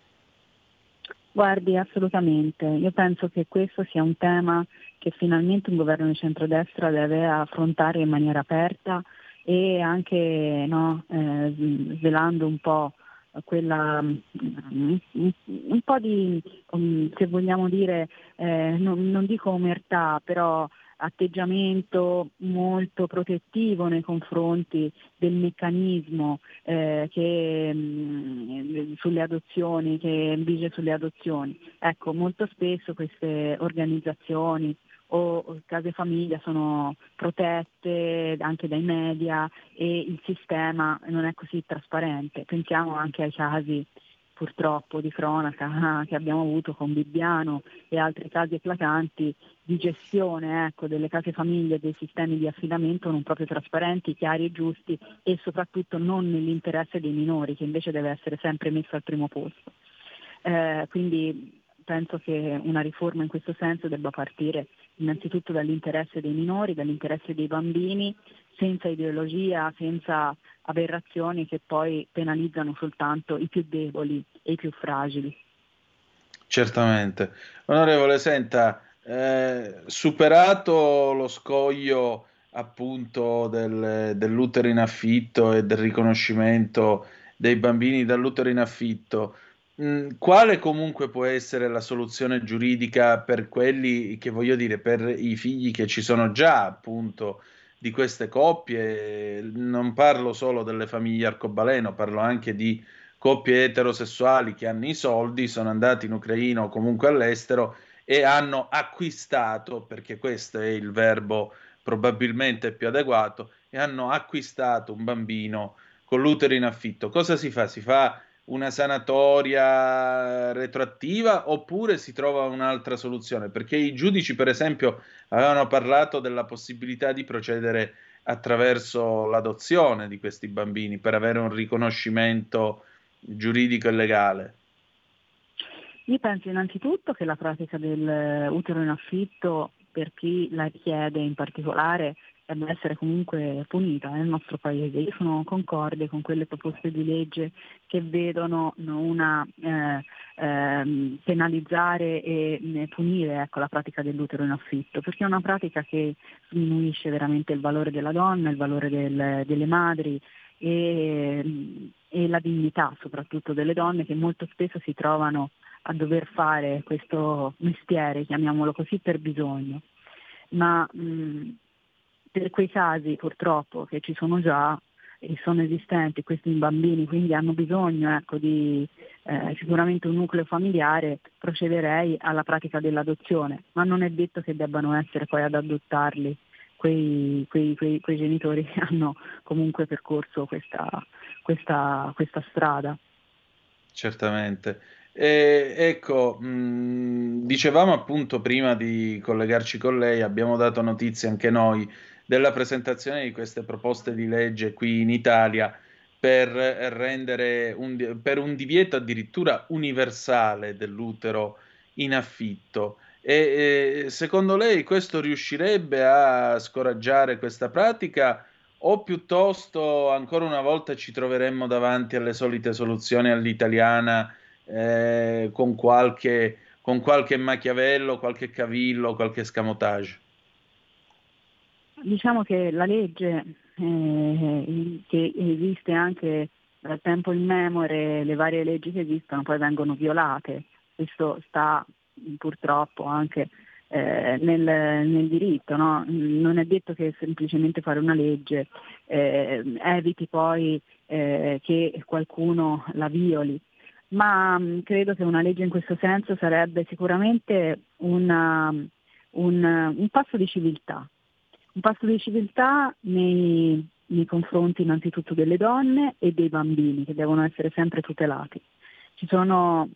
Guardi, assolutamente. Io penso che questo sia un tema che finalmente un governo di centrodestra deve affrontare in maniera aperta, e anche svelando un po' un po' di, se vogliamo dire, non dico omertà, però atteggiamento molto protettivo nei confronti del meccanismo sulle adozioni, che vige sulle adozioni. Ecco, molto spesso queste organizzazioni o case famiglia sono protette anche dai media, e il sistema non è così trasparente. Pensiamo anche ai casi purtroppo di cronaca che abbiamo avuto con Bibbiano e altri casi eclatanti di gestione delle case famiglie e dei sistemi di affidamento non proprio trasparenti, chiari e giusti, e soprattutto non nell'interesse dei minori, che invece deve essere sempre messo al primo posto. Quindi penso che una riforma in questo senso debba partire innanzitutto dall'interesse dei minori, dall'interesse dei bambini, senza ideologia, senza aberrazioni che poi penalizzano soltanto i più deboli e i più fragili. Certamente. Onorevole, senta, superato lo scoglio appunto dell'utero in affitto e del riconoscimento dei bambini dall'utero in affitto, quale comunque può essere la soluzione giuridica per quelli che voglio dire, per i figli che ci sono già appunto di queste coppie? Non parlo solo delle famiglie arcobaleno, parlo anche di coppie eterosessuali che hanno i soldi, sono andati in Ucraina o comunque all'estero e hanno acquistato, perché questo è il verbo probabilmente più adeguato, e hanno acquistato un bambino con l'utero in affitto. Cosa si fa? Si fa una sanatoria retroattiva oppure si trova un'altra soluzione? Perché i giudici, per esempio, avevano parlato della possibilità di procedere attraverso l'adozione di questi bambini per avere un riconoscimento giuridico e legale? Io penso innanzitutto che la pratica dell'utero in affitto, per chi la richiede in particolare, debba essere comunque punita nel nostro paese. Io sono concorde con quelle proposte di legge che vedono penalizzare e punire, ecco, la pratica dell'utero in affitto, perché è una pratica che diminuisce veramente il valore della donna, il valore delle madri e la dignità soprattutto delle donne, che molto spesso si trovano a dover fare questo mestiere, chiamiamolo così, per bisogno. Ma per quei casi purtroppo che ci sono già e sono esistenti, questi bambini quindi hanno bisogno, ecco, di sicuramente un nucleo familiare, procederei alla pratica dell'adozione, ma non è detto che debbano essere poi ad adottarli quei genitori che hanno comunque percorso questa strada. Certamente. Ecco, dicevamo appunto prima di collegarci con lei, abbiamo dato notizie anche noi della presentazione di queste proposte di legge qui in Italia per rendere per un divieto addirittura universale dell'utero in affitto. Secondo lei questo riuscirebbe a scoraggiare questa pratica? O piuttosto, ancora una volta, ci troveremmo davanti alle solite soluzioni all'italiana, con qualche Machiavello, qualche cavillo, qualche escamotage? Diciamo che la legge che esiste anche dal tempo immemore, le varie leggi che esistono poi vengono violate. Questo sta purtroppo anche nel diritto, no? Non è detto che semplicemente fare una legge eviti poi che qualcuno la violi, ma credo che una legge in questo senso sarebbe sicuramente un passo di civiltà. Un passo di civiltà nei confronti innanzitutto delle donne e dei bambini, che devono essere sempre tutelati. Ci sono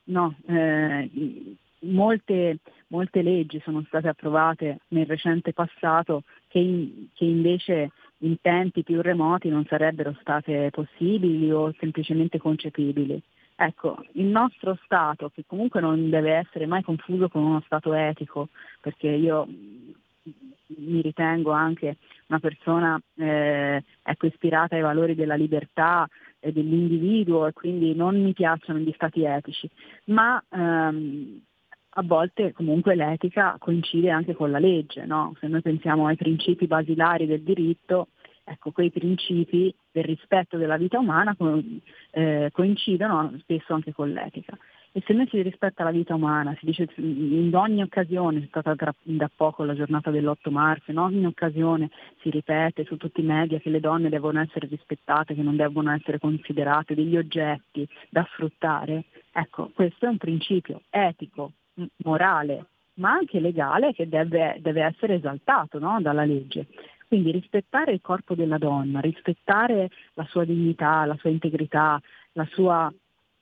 molte leggi sono state approvate nel recente passato che invece in tempi più remoti non sarebbero state possibili o semplicemente concepibili. Ecco, il nostro Stato, che comunque non deve essere mai confuso con uno Stato etico, perché io mi ritengo anche una persona ispirata ai valori della libertà e dell'individuo, e quindi non mi piacciono gli stati etici, ma a volte comunque l'etica coincide anche con la legge, no? Se noi pensiamo ai principi basilari del diritto, ecco, quei principi del rispetto della vita umana coincidono spesso anche con l'etica. E se noi si rispetta la vita umana, si dice in ogni occasione, c'è stata da poco la giornata dell'8 marzo, in ogni occasione si ripete su tutti i media che le donne devono essere rispettate, che non devono essere considerate degli oggetti da sfruttare, ecco, questo è un principio etico, morale, ma anche legale, che deve essere esaltato, no, dalla legge. Quindi rispettare il corpo della donna, rispettare la sua dignità, la sua integrità, la sua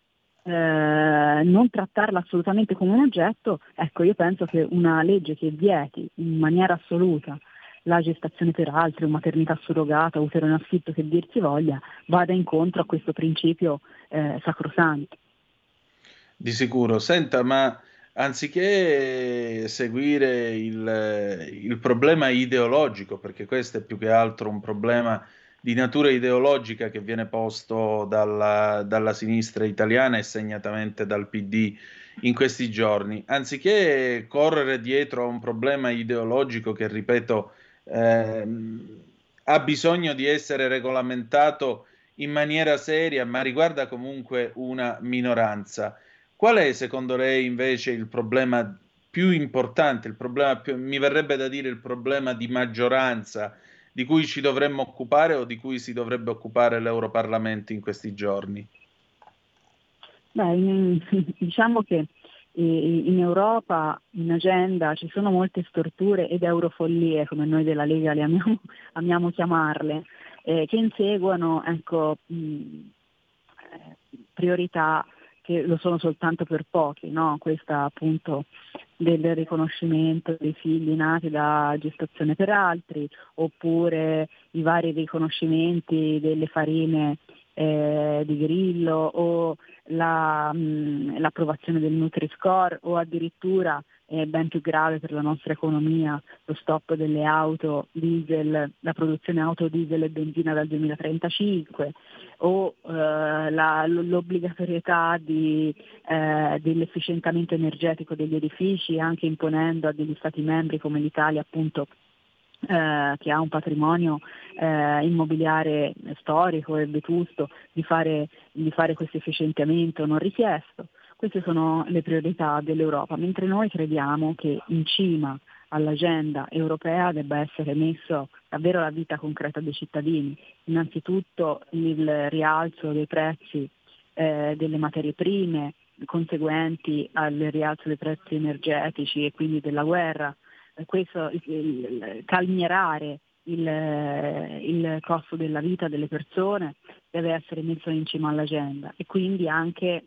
non trattarla assolutamente come un oggetto, ecco, io penso che una legge che vieti in maniera assoluta la gestazione per altri, o maternità surrogata, utero in affitto, che dir si voglia, vada incontro a questo principio sacrosanto. Di sicuro. Senta, ma anziché seguire il problema ideologico, perché questo è più che altro un problema di natura ideologica che viene posto dalla sinistra italiana e segnatamente dal PD in questi giorni, anziché correre dietro a un problema ideologico che, ripeto, ha bisogno di essere regolamentato in maniera seria, ma riguarda comunque una minoranza. Qual è secondo lei invece il problema più importante, mi verrebbe da dire il problema di maggioranza di cui ci dovremmo occupare o di cui si dovrebbe occupare l'Europarlamento in questi giorni? Beh, diciamo che in Europa, in agenda, ci sono molte storture ed eurofollie, come noi della Lega le amiamo chiamarle, che inseguono, ecco, priorità che lo sono soltanto per pochi, no? Questa appunto del riconoscimento dei figli nati da gestazione per altri, oppure i vari riconoscimenti delle farine di Grillo o l'approvazione del Nutri-Score o addirittura ben più grave per la nostra economia lo stop delle auto diesel, la produzione auto diesel e benzina dal 2035 o l'obbligatorietà dell'efficientamento energetico degli edifici, anche imponendo a degli Stati membri come l'Italia appunto che ha un patrimonio immobiliare storico e vetusto di fare questo efficientamento non richiesto. Queste sono le priorità dell'Europa, mentre noi crediamo che in cima all'agenda europea debba essere messo davvero la vita concreta dei cittadini, innanzitutto il rialzo dei prezzi delle materie prime conseguenti al rialzo dei prezzi energetici e quindi della guerra, questo calmierare il costo della vita delle persone deve essere messo in cima all'agenda e quindi anche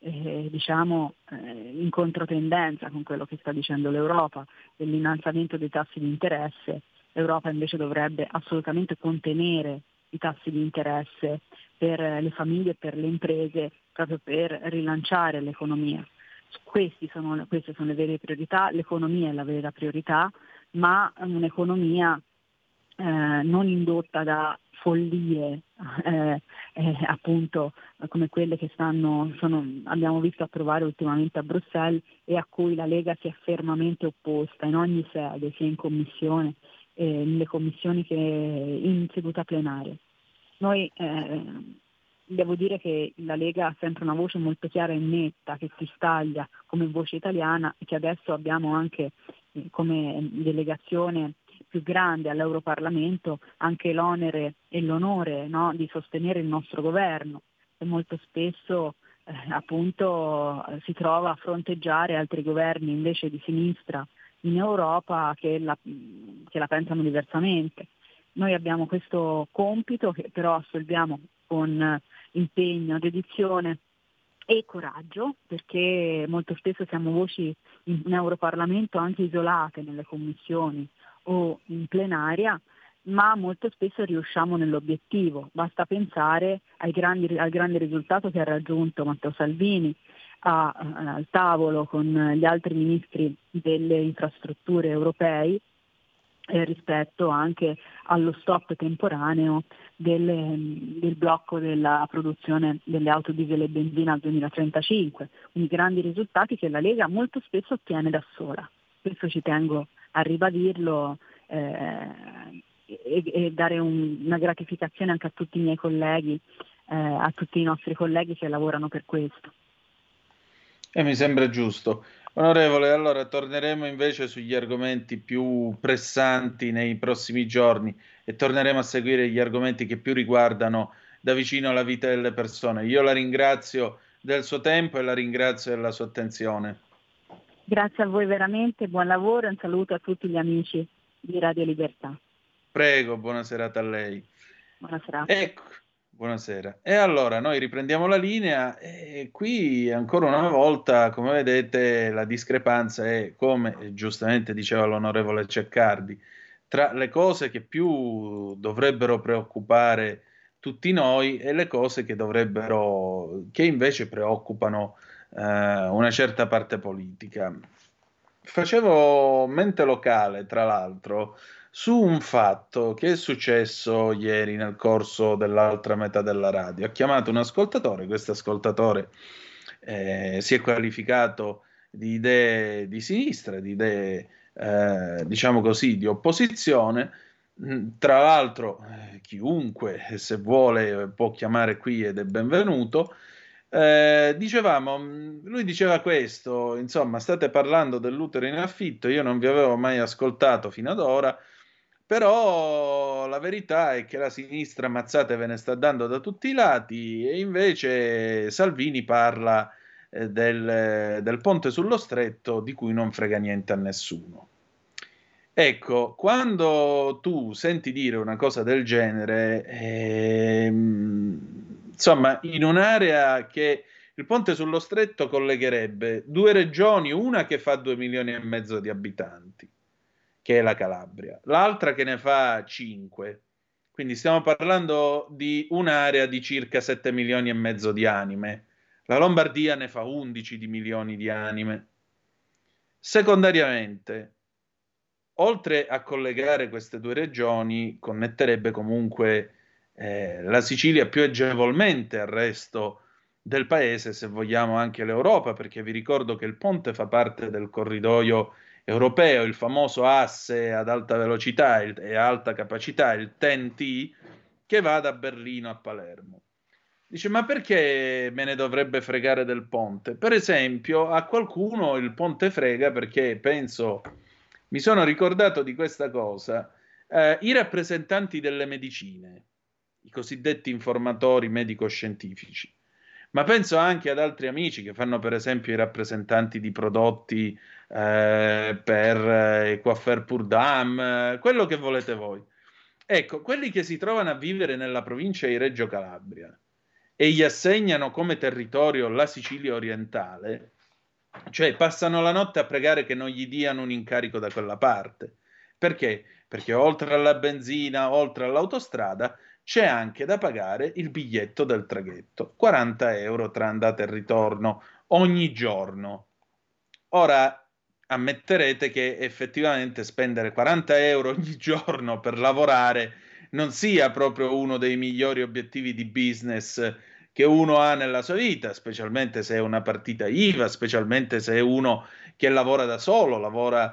in controtendenza con quello che sta dicendo l'Europa dell'innalzamento dei tassi di interesse. L'Europa invece dovrebbe assolutamente contenere i tassi di interesse per le famiglie e per le imprese proprio per rilanciare l'economia. Queste sono le vere priorità, l'economia è la vera priorità, ma un'economia non indotta da follie appunto come quelle che abbiamo visto approvare ultimamente a Bruxelles e a cui la Lega si è fermamente opposta in ogni sede, sia in commissione, nelle commissioni che in seduta plenaria. Noi devo dire che la Lega ha sempre una voce molto chiara e netta che si staglia come voce italiana e che adesso abbiamo anche come delegazione più grande all'Europarlamento anche l'onere e l'onore, no, di sostenere il nostro governo e molto spesso appunto si trova a fronteggiare altri governi invece di sinistra in Europa che la pensano diversamente. Noi abbiamo questo compito che però assolviamo con impegno, dedizione e coraggio, perché molto spesso siamo voci in Europarlamento anche isolate nelle commissioni o in plenaria, ma molto spesso riusciamo nell'obiettivo. Basta pensare al grande risultato che ha raggiunto Matteo Salvini al tavolo con gli altri ministri delle infrastrutture europei rispetto anche allo stop temporaneo del blocco della produzione delle auto diesel e benzina al 2035, quindi grandi risultati che la Lega molto spesso ottiene da sola. Questo ci tengo a ribadirlo e dare una gratificazione anche a tutti i miei colleghi, a tutti i nostri colleghi che lavorano per questo. E mi sembra giusto. Onorevole, allora torneremo invece sugli argomenti più pressanti nei prossimi giorni e torneremo a seguire gli argomenti che più riguardano da vicino la vita delle persone. Io la ringrazio del suo tempo e la ringrazio della sua attenzione. Grazie a voi veramente, buon lavoro e un saluto a tutti gli amici di Radio Libertà. Prego, buona serata a lei. Buona serata. Ecco, buonasera. E allora noi riprendiamo la linea e qui ancora una volta, come vedete, la discrepanza è, come giustamente diceva l'onorevole Ceccardi, tra le cose che più dovrebbero preoccupare tutti noi e le cose che invece preoccupano una certa parte politica. Facevo mente locale, tra l'altro, su un fatto che è successo ieri nel corso dell'altra metà della radio. Ha chiamato un ascoltatore, questo ascoltatore si è qualificato di idee di sinistra, di idee, diciamo così, di opposizione. Tra l'altro, chiunque, se vuole, può chiamare qui ed è benvenuto. Lui diceva questo, insomma, state parlando dell'utero in affitto, io non vi avevo mai ascoltato fino ad ora, però la verità è che la sinistra mazzate ve ne sta dando da tutti i lati e invece Salvini parla del ponte sullo stretto di cui non frega niente a nessuno. Ecco, quando tu senti dire una cosa del genere, insomma, in un'area che il ponte sullo stretto collegherebbe due regioni, una che fa 2 milioni e mezzo di abitanti, che è la Calabria, l'altra che ne fa 5, Quindi stiamo parlando di un'area di circa 7 milioni e mezzo di anime. La Lombardia ne fa 11 di milioni di anime. Secondariamente, oltre a collegare queste due regioni, connetterebbe comunque la Sicilia più agevolmente al resto del paese, se vogliamo anche l'Europa, perché vi ricordo che il ponte fa parte del corridoio europeo, il famoso asse ad alta velocità e alta capacità, il TEN-T, che va da Berlino a Palermo. Dice, ma perché me ne dovrebbe fregare del ponte? Per esempio, a qualcuno il ponte frega perché penso, mi sono ricordato di questa cosa, i rappresentanti delle medicine, i cosiddetti informatori medico-scientifici, ma penso anche ad altri amici che fanno per esempio i rappresentanti di prodotti per Coiffer Pour Dame, quello che volete voi. Ecco, quelli che si trovano a vivere nella provincia di Reggio Calabria e gli assegnano come territorio la Sicilia orientale, cioè passano la notte a pregare che non gli diano un incarico da quella parte. Perché? Perché oltre alla benzina, oltre all'autostrada, c'è anche da pagare il biglietto del traghetto, 40 euro tra andata e ritorno ogni giorno. Ora ammetterete che effettivamente spendere 40 euro ogni giorno per lavorare non sia proprio uno dei migliori obiettivi di business che uno ha nella sua vita, specialmente se è una partita IVA, specialmente se è uno che lavora da solo, lavora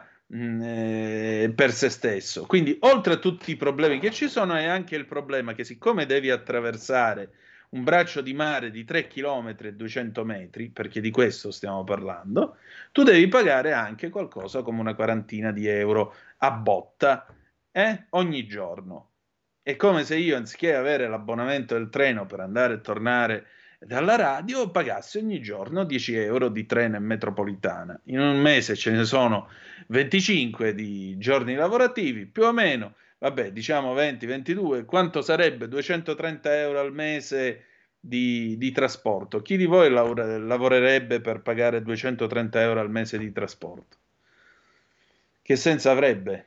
per se stesso. Quindi, oltre a tutti i problemi che ci sono, è anche il problema che siccome devi attraversare un braccio di mare di 3 km e 200 metri, perché di questo stiamo parlando, tu devi pagare anche qualcosa come una quarantina di euro a botta ogni giorno. È come se io, anziché avere l'abbonamento del treno per andare e tornare dalla radio, pagassi ogni giorno 10 euro di treno in metropolitana. In un mese ce ne sono 25 di giorni lavorativi, più o meno, vabbè, diciamo 20-22, quanto sarebbe? 230 euro al mese di trasporto. Chi di voi lavorerebbe per pagare 230 euro al mese di trasporto? Che senso avrebbe?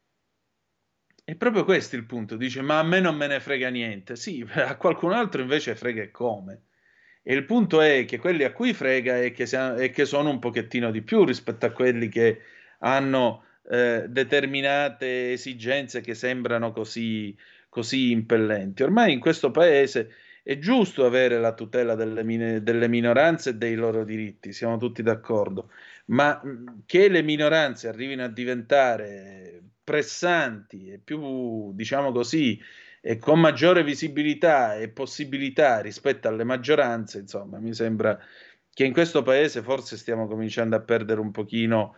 È proprio questo il punto, dice, ma a me non me ne frega niente. Sì, a qualcun altro invece frega e come. E il punto è che quelli a cui frega è che sono un pochettino di più rispetto a quelli che hanno determinate esigenze che sembrano così impellenti. Ormai in questo paese è giusto avere la tutela delle minoranze e dei loro diritti, siamo tutti d'accordo, ma che le minoranze arrivino a diventare pressanti e più, diciamo così, e con maggiore visibilità e possibilità rispetto alle maggioranze, insomma, mi sembra che in questo paese forse stiamo cominciando a perdere un pochino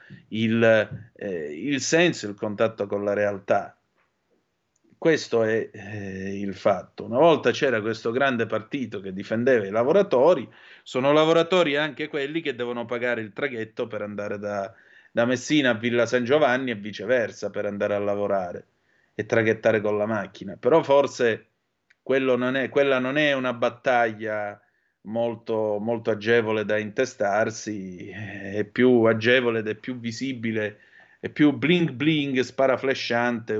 il senso, il contatto con la realtà. Questo è il fatto. Una volta c'era questo grande partito che difendeva i lavoratori, sono lavoratori anche quelli che devono pagare il traghetto per andare da Messina a Villa San Giovanni e viceversa per andare a lavorare e traghettare con la macchina. Però forse quella non è una battaglia molto, molto agevole da intestarsi, è più agevole ed è più visibile, è più bling bling, sparaflesciante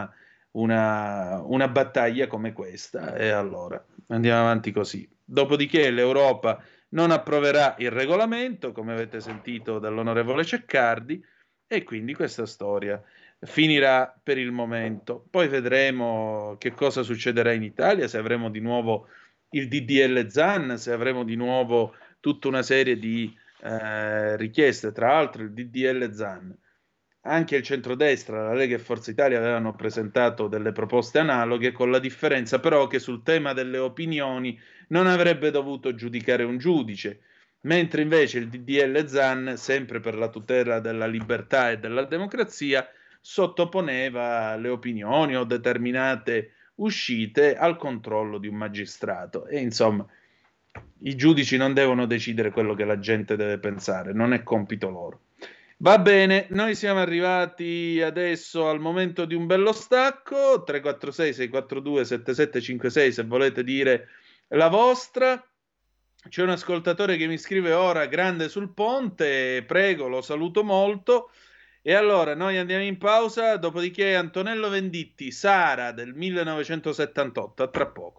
una battaglia come questa. E allora andiamo avanti così. Dopodiché l'Europa non approverà il regolamento, come avete sentito dall'onorevole Ceccardi, e quindi questa storia finirà per il momento. Poi vedremo che cosa succederà in Italia, se avremo di nuovo il DDL Zan, se avremo di nuovo tutta una serie di richieste. Tra l'altro il DDL Zan, anche il centrodestra, la Lega e Forza Italia avevano presentato delle proposte analoghe, con la differenza però che sul tema delle opinioni non avrebbe dovuto giudicare un giudice, mentre invece il DDL Zan, sempre per la tutela della libertà e della democrazia, sottoponeva le opinioni o determinate uscite al controllo di un magistrato. E insomma, i giudici non devono decidere quello che la gente deve pensare, non è compito loro. Va bene, noi siamo arrivati adesso al momento di un bello stacco. 346-642-7756 se volete dire la vostra. C'è un ascoltatore che mi scrive ora, grande sul ponte, prego, lo saluto molto. E allora noi andiamo in pausa, dopodiché Antonello Venditti, Sara del 1978, a tra poco.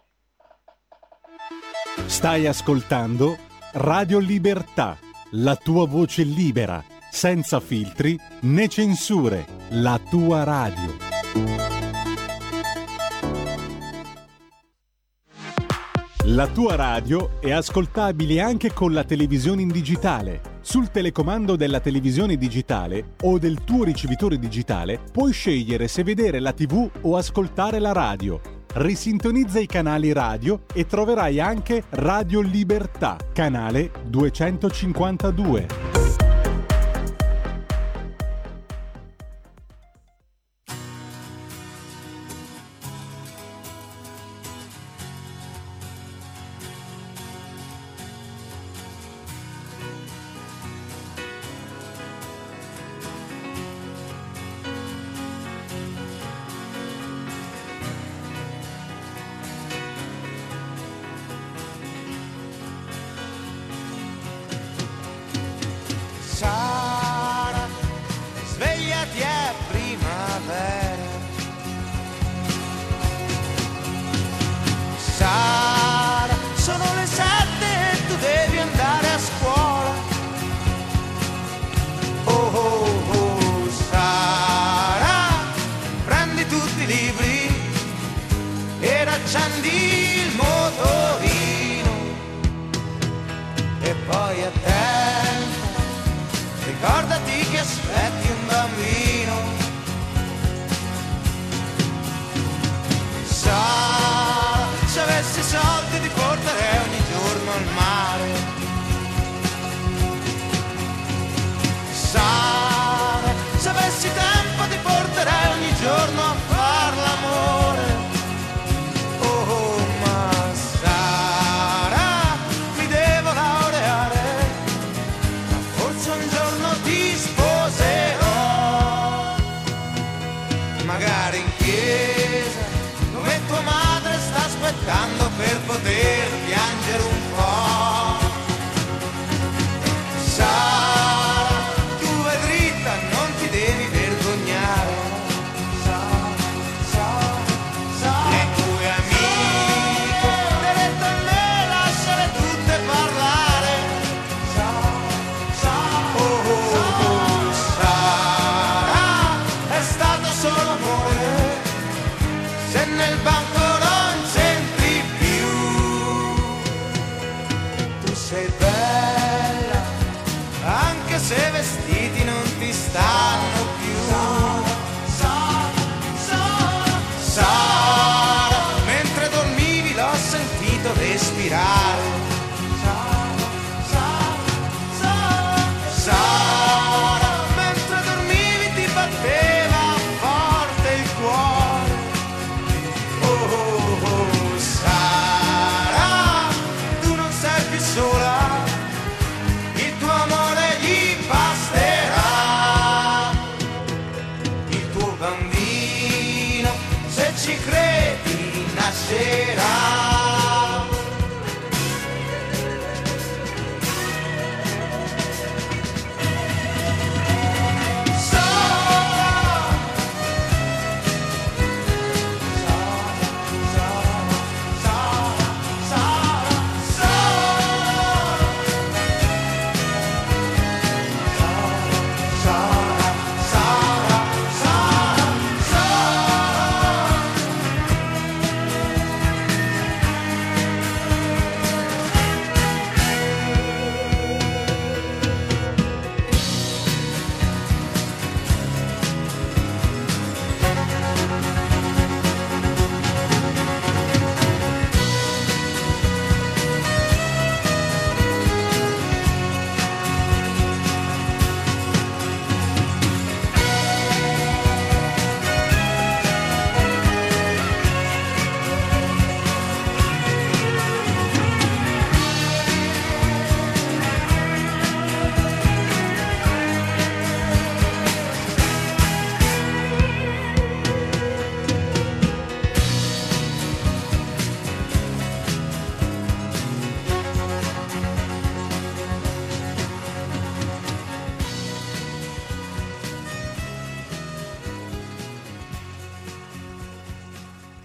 Stai ascoltando Radio Libertà, la tua voce libera, senza filtri né censure, la tua radio. La tua radio è ascoltabile anche con la televisione in digitale. Sul telecomando della televisione digitale o del tuo ricevitore digitale puoi scegliere se vedere la TV o ascoltare la radio. Risintonizza i canali radio e troverai anche Radio Libertà, canale 252. Sara, svegliati, è primavera. Sara, sono le 7 e tu devi andare a scuola. Oh, oh, oh, Sara, prendi tutti i libri ed accendi il motorino. E poi a te ricordati che aspetti un bambino. Sara, se avessi soldi ti porterei ogni giorno al mare. Sara, se avessi tempo ti porterei ogni giorno a far l'amore. Oh, oh, ma Sara, mi devo laureare. Forse un giorno ti sposerò, magari in chiesa, dove tua madre sta aspettando per poter piangere un po'. Sara, tu vai dritta, non ti devi vergognare. Le tue amiche, dirette a me, lasciale tutte parlare. È stato solo amore, se nel banco non c'entri più. Tu sei bella, anche se vestiti non ti stanno più. Sara, mentre dormivi l'ho sentito respirare. Sara, mentre dormivi ti batteva forte il cuore. Oh, oh, oh, Sara, tu non sei più sola, il tuo amore gli basterà. Il tuo bambino, se ci credi, nascerà.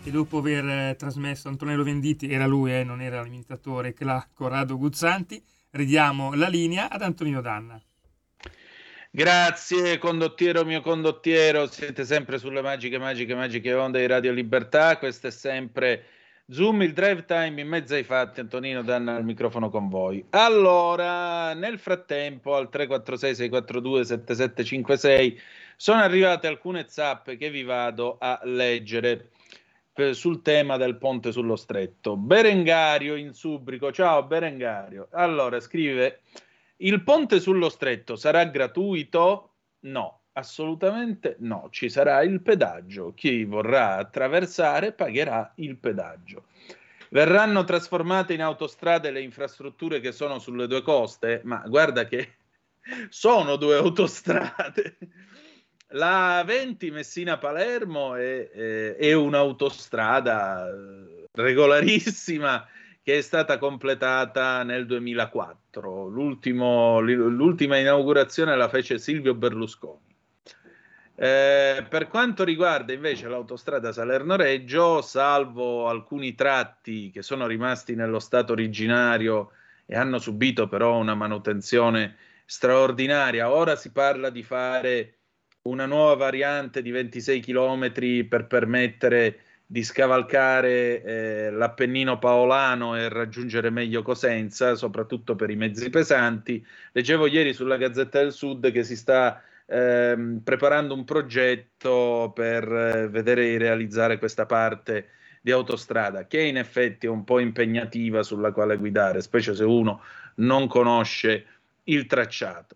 E dopo aver trasmesso Antonello Venditti, era lui, non era l'imitatore, Corrado Guzzanti, ridiamo la linea ad Antonino Danna. Grazie condottiero, mio condottiero, siete sempre sulle magiche onde di Radio Libertà. Questo è sempre Zoom, il drive time in mezzo ai fatti. Antonino Danna al microfono con voi. Allora, nel frattempo al 346-642-7756 sono arrivate alcune zappe che vi vado a leggere sul tema del ponte sullo stretto. Berengario in Subrico, ciao Berengario. Allora, scrive: il ponte sullo stretto sarà gratuito? No, assolutamente no. Ci sarà il pedaggio. Chi vorrà attraversare pagherà il pedaggio. Verranno trasformate in autostrade le infrastrutture che sono sulle due coste? Ma guarda che sono due autostrade. La 20 Messina-Palermo è un'autostrada regolarissima che è stata completata nel 2004. L'ultima inaugurazione la fece Silvio Berlusconi. Per quanto riguarda invece l'autostrada Salerno-Reggio, salvo alcuni tratti che sono rimasti nello stato originario e hanno subito però una manutenzione straordinaria, ora si parla di fare una nuova variante di 26 chilometri per permettere di scavalcare l'Appennino paolano e raggiungere meglio Cosenza, soprattutto per i mezzi pesanti. Leggevo ieri sulla Gazzetta del Sud che si sta preparando un progetto per vedere di realizzare questa parte di autostrada, che in effetti è un po' impegnativa sulla quale guidare, specie se uno non conosce il tracciato.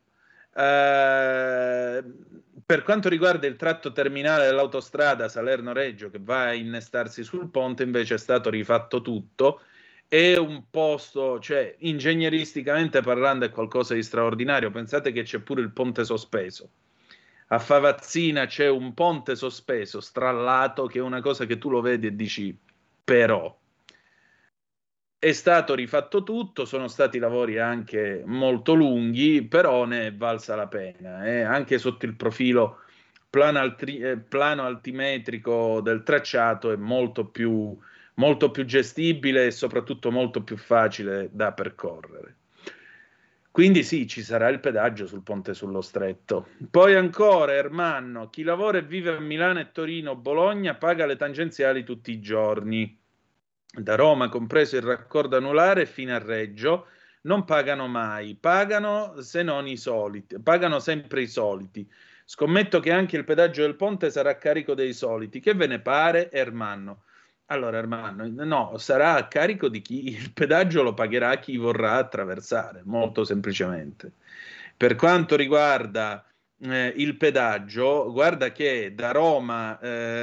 Per quanto riguarda il tratto terminale dell'autostrada Salerno-Reggio che va a innestarsi sul ponte, invece è stato rifatto tutto. È un posto, cioè ingegneristicamente parlando è qualcosa di straordinario. Pensate che c'è pure il ponte sospeso. A Favazzina c'è un ponte sospeso strallato che è una cosa che tu lo vedi e dici però. È stato rifatto tutto, sono stati lavori anche molto lunghi, però ne è valsa la pena, anche sotto il profilo plano altimetrico del tracciato è molto più gestibile e soprattutto molto più facile da percorrere. Quindi sì, ci sarà il pedaggio sul ponte sullo stretto. Poi ancora Ermanno, chi lavora e vive a Milano e Torino, Bologna, paga le tangenziali tutti i giorni. Da Roma, compreso il raccordo anulare, fino a Reggio, non pagano mai, pagano se non i soliti, pagano sempre i soliti. Scommetto che anche il pedaggio del ponte sarà a carico dei soliti. Che ve ne pare, Ermanno? Allora, Ermanno, no, sarà a carico di chi il pedaggio lo pagherà chi vorrà attraversare, molto semplicemente. Per quanto riguarda il pedaggio, guarda che da Roma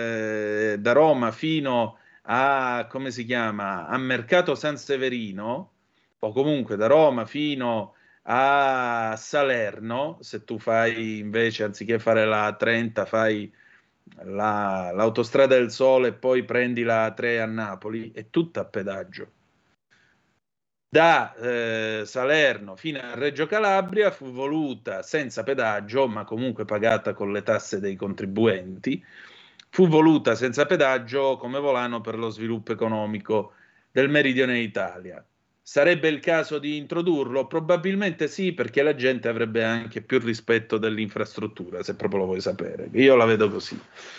fino a, come si chiama, a Mercato San Severino, o comunque da Roma fino a Salerno, se tu fai invece, anziché fare la 30, fai l'autostrada del Sole e poi prendi la 3 a Napoli, è tutta a pedaggio. Da Salerno fino a Reggio Calabria fu voluta senza pedaggio, ma comunque pagata con le tasse dei contribuenti. Fu voluta senza pedaggio come volano per lo sviluppo economico del meridione d'Italia. Sarebbe il caso di introdurlo? Probabilmente sì, perché la gente avrebbe anche più rispetto dell'infrastruttura, se proprio lo vuoi sapere. Io la vedo così.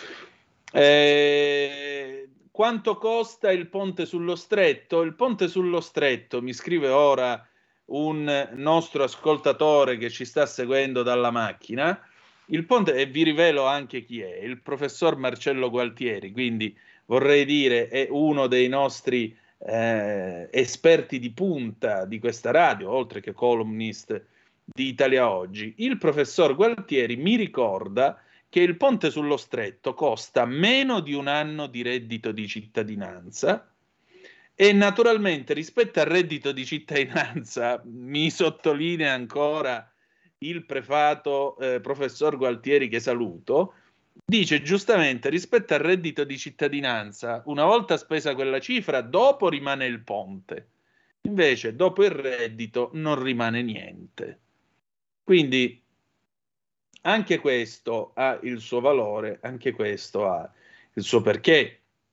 Quanto costa il ponte sullo stretto? Il ponte sullo stretto, mi scrive ora un nostro ascoltatore che ci sta seguendo dalla macchina. Il ponte, e vi rivelo anche chi è, il professor Marcello Gualtieri, quindi vorrei dire è uno dei nostri esperti di punta di questa radio, oltre che columnist di Italia Oggi. Il professor Gualtieri mi ricorda che il ponte sullo stretto costa meno di un anno di reddito di cittadinanza e naturalmente rispetto al reddito di cittadinanza, mi sottolinea ancora il prefato professor Gualtieri, che saluto, dice giustamente rispetto al reddito di cittadinanza, una volta spesa quella cifra, dopo rimane il ponte. Invece, dopo il reddito non rimane niente. Quindi anche questo ha il suo valore, anche questo ha il suo perché.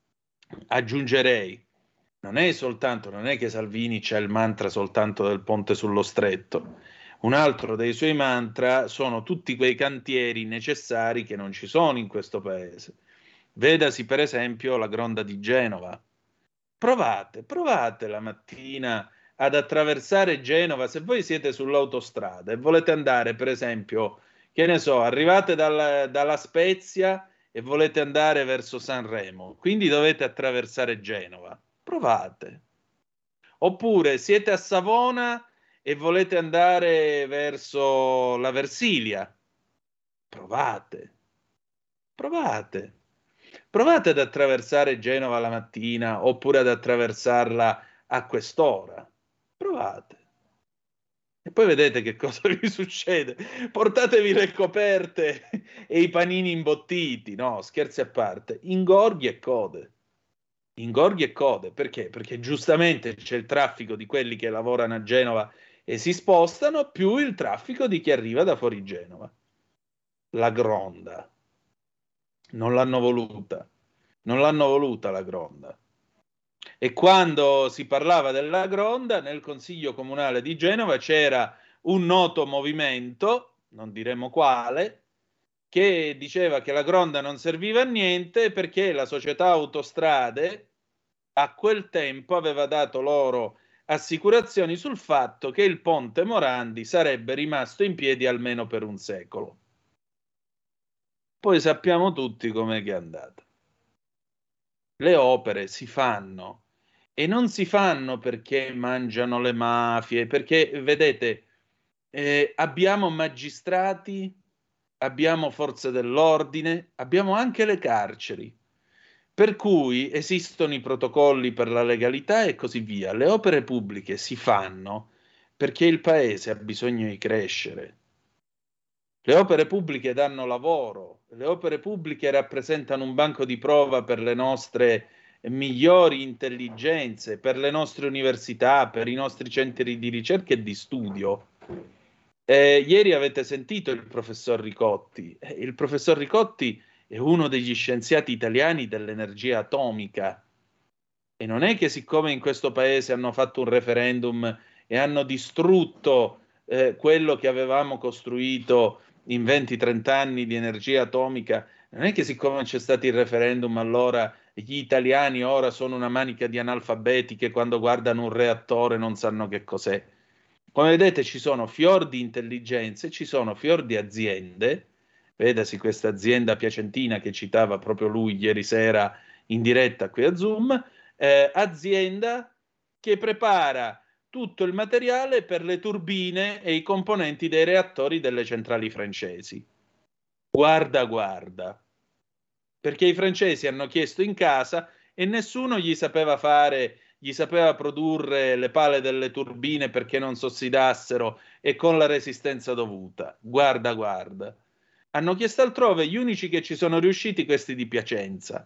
aggiungerei, non è che Salvini c'ha il mantra soltanto del ponte sullo stretto. Un altro dei suoi mantra sono tutti quei cantieri necessari che non ci sono in questo paese. Vedasi per esempio la Gronda di Genova. Provate la mattina ad attraversare Genova, se voi siete sull'autostrada e volete andare, per esempio, che ne so, arrivate dalla Spezia e volete andare verso Sanremo, quindi dovete attraversare Genova. Provate. Oppure siete a Savona e volete andare verso la Versilia. Provate. Provate. Provate ad attraversare Genova la mattina oppure ad attraversarla a quest'ora. Provate. E poi vedete che cosa vi succede. Portatevi le coperte e i panini imbottiti. No, scherzi a parte. Ingorghi e code. Ingorghi e code. Perché? Perché giustamente c'è il traffico di quelli che lavorano a Genova e si spostano, più il traffico di chi arriva da fuori Genova. La Gronda. Non l'hanno voluta. Non l'hanno voluta la Gronda. E quando si parlava della Gronda, nel Consiglio Comunale di Genova c'era un noto movimento, non diremo quale, che diceva che la Gronda non serviva a niente perché la società Autostrade a quel tempo aveva dato loro assicurazioni sul fatto che il ponte Morandi sarebbe rimasto in piedi almeno per un secolo. Poi sappiamo tutti com'è che è andata. Le opere si fanno e non si fanno perché mangiano le mafie, perché vedete, abbiamo magistrati, abbiamo forze dell'ordine, abbiamo anche le carceri, per cui esistono i protocolli per la legalità e così via. Le opere pubbliche si fanno perché il paese ha bisogno di crescere. Le opere pubbliche danno lavoro, le opere pubbliche rappresentano un banco di prova per le nostre migliori intelligenze, per le nostre università, per i nostri centri di ricerca e di studio. Ieri avete sentito il professor Ricotti. Il professor Ricotti è uno degli scienziati italiani dell'energia atomica. E non è che siccome in questo paese hanno fatto un referendum e hanno distrutto quello che avevamo costruito in 20-30 anni di energia atomica, non è che siccome c'è stato il referendum allora gli italiani ora sono una manica di analfabeti che quando guardano un reattore non sanno che cos'è. Come vedete ci sono fior di intelligenze, ci sono fior di aziende, vedasi questa azienda piacentina che citava proprio lui ieri sera in diretta qui a Zoom, azienda che prepara tutto il materiale per le turbine e i componenti dei reattori delle centrali francesi. Guarda, guarda, perché i francesi hanno chiesto in casa e nessuno gli sapeva produrre le pale delle turbine perché non si ossidassero e con la resistenza dovuta. Guarda, guarda. Hanno chiesto altrove, gli unici che ci sono riusciti questi di Piacenza.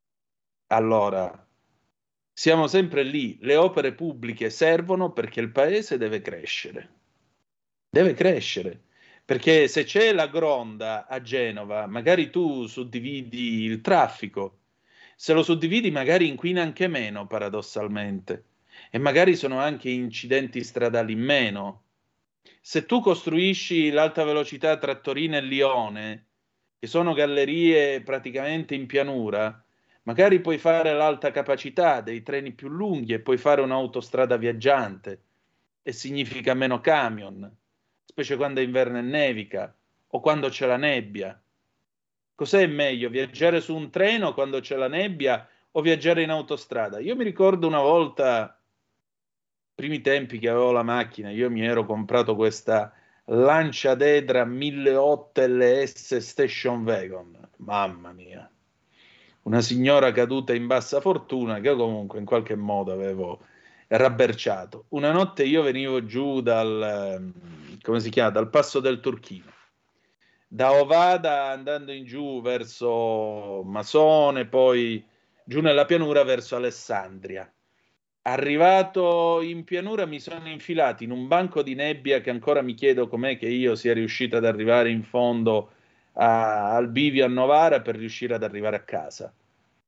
Allora, siamo sempre lì, le opere pubbliche servono perché il paese deve crescere. Deve crescere. Perché se c'è la Gronda a Genova, magari tu suddividi il traffico. Se lo suddividi magari inquina anche meno, paradossalmente. E magari sono anche incidenti stradali in meno. Se tu costruisci l'alta velocità tra Torino e Lione, che sono gallerie praticamente in pianura, magari puoi fare l'alta capacità dei treni più lunghi e puoi fare un'autostrada viaggiante e significa meno camion, specie quando è inverno e nevica o quando c'è la nebbia. Cos'è meglio, viaggiare su un treno quando c'è la nebbia o viaggiare in autostrada? Io mi ricordo una volta, primi tempi che avevo la macchina, io mi ero comprato questa Lancia Dedra 1800 LS Station Wagon. Mamma mia. Una signora caduta in bassa fortuna che comunque in qualche modo avevo rabberciato. Una notte io venivo giù come si chiama, dal passo del Turchino, da Ovada andando in giù verso Masone, poi giù nella pianura verso Alessandria. Arrivato in pianura mi sono infilato in un banco di nebbia che ancora mi chiedo com'è che io sia riuscito ad arrivare in fondo al bivio a Novara per riuscire ad arrivare a casa.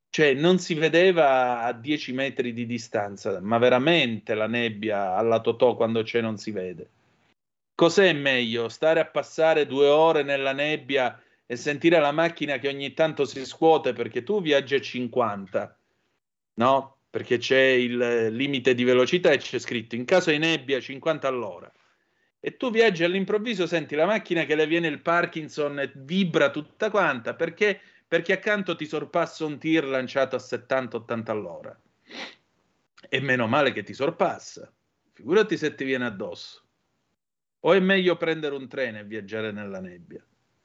Cioè, non si vedeva a 10 metri di distanza, ma veramente la nebbia alla Totò quando c'è non si vede. Cos'è meglio? Stare a passare 2 ore nella nebbia e sentire la macchina che ogni tanto si scuote perché tu viaggi a 50, no? Perché c'è il limite di velocità e c'è scritto in caso di nebbia 50 all'ora. E tu viaggi all'improvviso, senti la macchina che le viene il Parkinson e vibra tutta quanta perché accanto ti sorpassa un tir lanciato a 70-80 all'ora. E meno male che ti sorpassa. Figurati se ti viene addosso. O è meglio prendere un treno e viaggiare nella nebbia?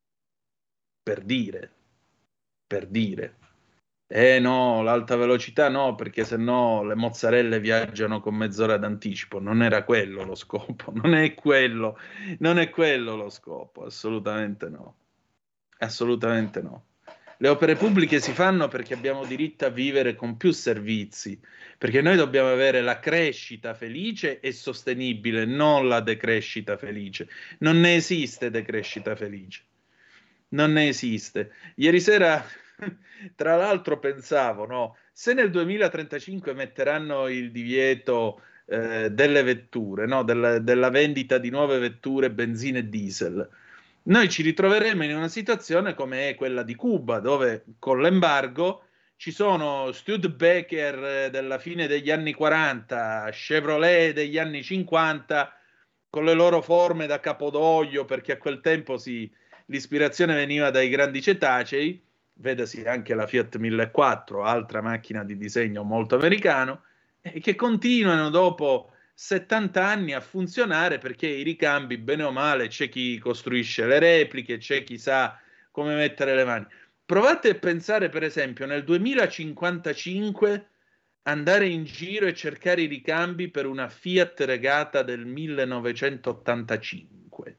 Per dire. Per dire. No, l'alta velocità no, perché sennò le mozzarelle viaggiano con mezz'ora d'anticipo. Non era quello lo scopo, non è quello lo scopo, assolutamente no. Assolutamente no. Le opere pubbliche si fanno perché abbiamo diritto a vivere con più servizi, perché noi dobbiamo avere la crescita felice e sostenibile, non la decrescita felice. Non ne esiste decrescita felice. Non ne esiste. Ieri sera, tra l'altro, pensavo, no, se nel 2035 metteranno il divieto delle vetture, no, della vendita di nuove vetture benzina e diesel, noi ci ritroveremo in una situazione come è quella di Cuba, dove con l'embargo ci sono Studebaker della fine degli anni 40, Chevrolet degli anni 50, con le loro forme da capodoglio, perché a quel tempo l'ispirazione veniva dai grandi cetacei, vedasi anche la Fiat 1004, altra macchina di disegno molto americano, che continuano dopo 70 anni a funzionare perché i ricambi, bene o male, c'è chi costruisce le repliche, c'è chi sa come mettere le mani. Provate a pensare, per esempio, nel 2055 andare in giro e cercare i ricambi per una Fiat Regata del 1985.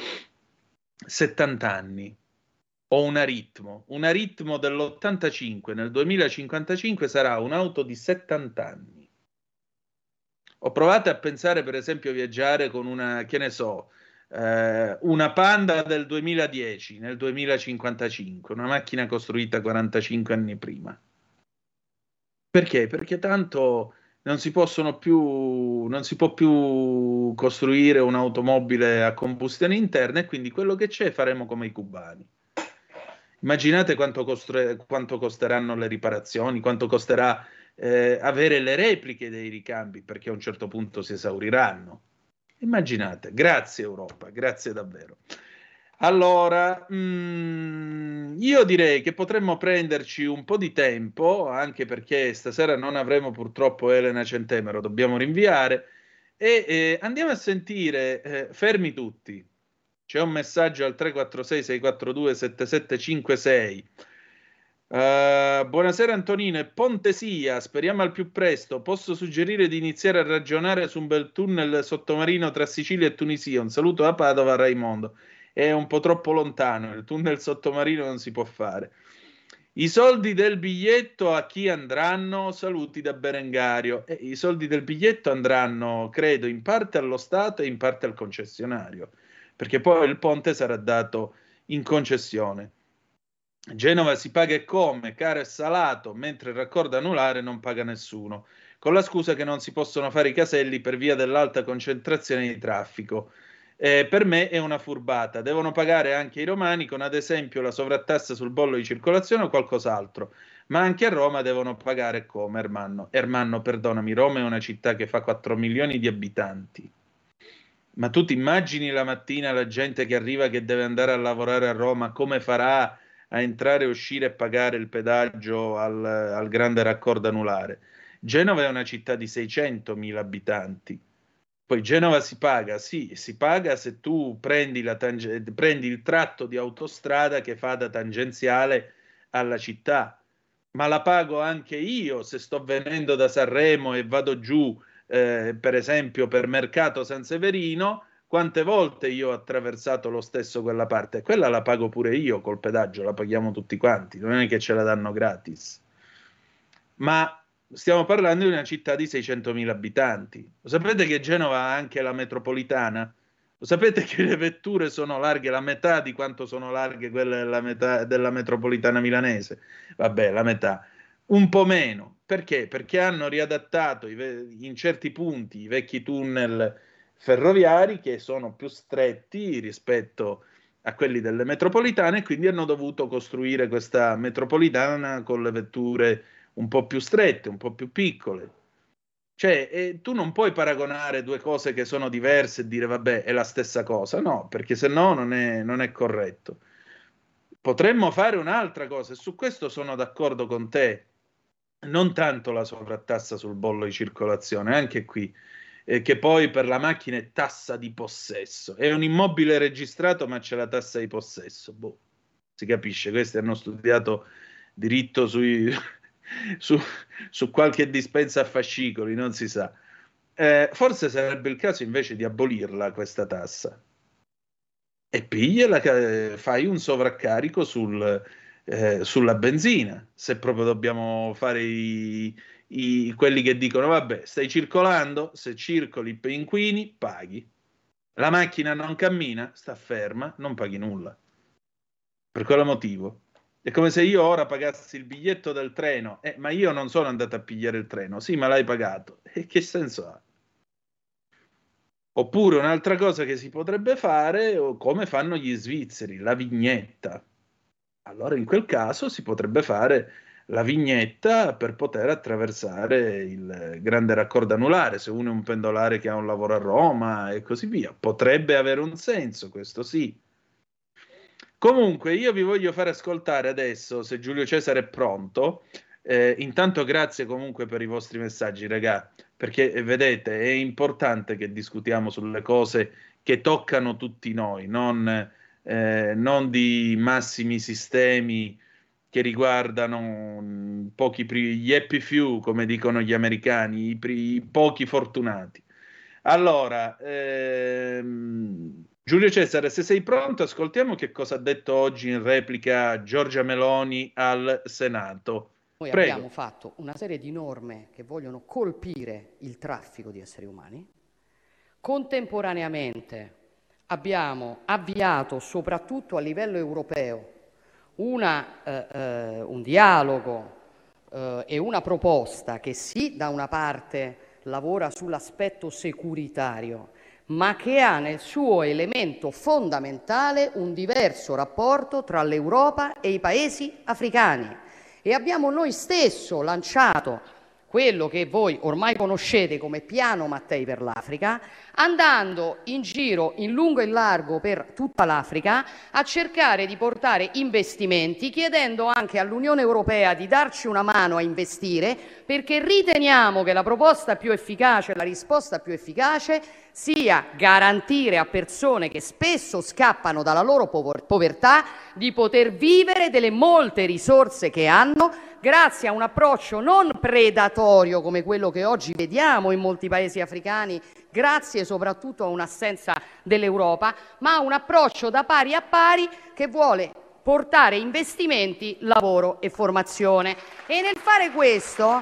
70 anni. O un Aritmo dell'85 nel 2055 sarà un'auto di 70 anni. O provate a pensare, per esempio, a viaggiare con una, che ne so, una Panda del 2010 nel 2055, una macchina costruita 45 anni prima. Perché? Perché tanto non si può più costruire un'automobile a combustione interna e quindi quello che c'è faremo come i cubani. Immaginate quanto costeranno le riparazioni, quanto costerà avere le repliche dei ricambi, perché a un certo punto si esauriranno. Immaginate, grazie Europa, grazie davvero. Allora, io direi che potremmo prenderci un po' di tempo, anche perché stasera non avremo purtroppo Elena Centemero, dobbiamo rinviare, e andiamo a sentire, fermi tutti, c'è un messaggio al 346-642-7756. Buonasera Antonino e Pontesia, speriamo al più presto. Posso suggerire di iniziare a ragionare su un bel tunnel sottomarino tra Sicilia e Tunisia. Un saluto da Padova, Raimondo. È un po' troppo lontano, il tunnel sottomarino non si può fare. I soldi del biglietto a chi andranno? Saluti da Berengario. I soldi del biglietto andranno, credo, in parte allo Stato e in parte al concessionario, perché poi il ponte sarà dato in concessione. Genova si paga e come, caro e salato, mentre il raccordo anulare non paga nessuno, con la scusa che non si possono fare i caselli per via dell'alta concentrazione di traffico. Per me è una furbata, devono pagare anche i romani con ad esempio la sovrattassa sul bollo di circolazione o qualcos'altro, ma anche a Roma devono pagare come, Ermanno. Ermanno, perdonami, Roma è una città che fa 4 milioni di abitanti. Ma tu ti immagini la mattina la gente che arriva che deve andare a lavorare a Roma, come farà a entrare, uscire e pagare il pedaggio al grande raccordo anulare? Genova è una città di 600.000 abitanti. Poi Genova si paga, sì, si paga se tu prendi il tratto di autostrada che fa da tangenziale alla città, ma la pago anche io se sto venendo da Sanremo e vado giù, per esempio, per Mercato San Severino. Quante volte io ho attraversato lo stesso quella parte? Quella la pago pure io col pedaggio, la paghiamo tutti quanti, non è che ce la danno gratis. Ma stiamo parlando di una città di 600.000 abitanti. Lo sapete che Genova ha anche la metropolitana? Lo sapete che le vetture sono larghe la metà di quanto sono larghe quelle della metropolitana milanese? Vabbè, la metà. un po' meno. Perché? Perché hanno riadattato in certi punti i vecchi tunnel ferroviari che sono più stretti rispetto a quelli delle metropolitane, e quindi hanno dovuto costruire questa metropolitana con le vetture un po' più strette, un po' più piccole. Cioè, tu non puoi paragonare due cose che sono diverse e dire vabbè, è la stessa cosa. No, perché se no non è corretto. Potremmo fare un'altra cosa, e su questo sono d'accordo con te, non tanto la sovrattassa sul bollo di circolazione, anche qui, che poi per la macchina è tassa di possesso. È un immobile registrato, ma c'è la tassa di possesso. Boh, si capisce, questi hanno studiato diritto su qualche dispensa a fascicoli, non si sa. Forse sarebbe il caso invece di abolirla questa tassa e pigliala, fai un sovraccarico sulla benzina, se proprio dobbiamo fare quelli che dicono vabbè, stai circolando, se circoli per inquini paghi, la macchina non cammina, sta ferma, non paghi nulla. Per quale motivo? È come se io ora pagassi il biglietto del treno, ma io non sono andato a pigliare il treno, sì, ma l'hai pagato, e che senso ha? Oppure un'altra cosa che si potrebbe fare, o come fanno gli svizzeri, la vignetta. Allora in quel caso si potrebbe fare la vignetta per poter attraversare il grande raccordo anulare, se uno è un pendolare che ha un lavoro a Roma e così via. Potrebbe avere un senso, questo sì. Comunque io vi voglio fare ascoltare adesso, se Giulio Cesare è pronto. Intanto grazie comunque per i vostri messaggi, ragà, perché vedete è importante che discutiamo sulle cose che toccano tutti noi, non di massimi sistemi che riguardano gli happy few, come dicono gli americani, i pochi fortunati. Allora, Giulio Cesare, se sei pronto, ascoltiamo che cosa ha detto oggi in replica Giorgia Meloni al Senato. Noi Prego. abbiamo fatto una serie di norme che vogliono colpire il traffico di esseri umani. Contemporaneamente abbiamo avviato, soprattutto a livello europeo, un dialogo e una proposta che sì, da una parte lavora sull'aspetto securitario, ma che ha nel suo elemento fondamentale un diverso rapporto tra l'Europa e i paesi africani. E abbiamo noi stesso lanciato quello che voi ormai conoscete come Piano Mattei per l'Africa, andando in giro in lungo e in largo per tutta l'Africa a cercare di portare investimenti, chiedendo anche all'Unione Europea di darci una mano a investire, perché riteniamo che la proposta più efficace, la risposta più efficace sia garantire a persone che spesso scappano dalla loro povertà di poter vivere delle molte risorse che hanno, grazie a un approccio non predatorio come quello che oggi vediamo in molti paesi africani, grazie soprattutto a un'assenza dell'Europa, ma un approccio da pari a pari che vuole portare investimenti, lavoro e formazione. E nel fare questo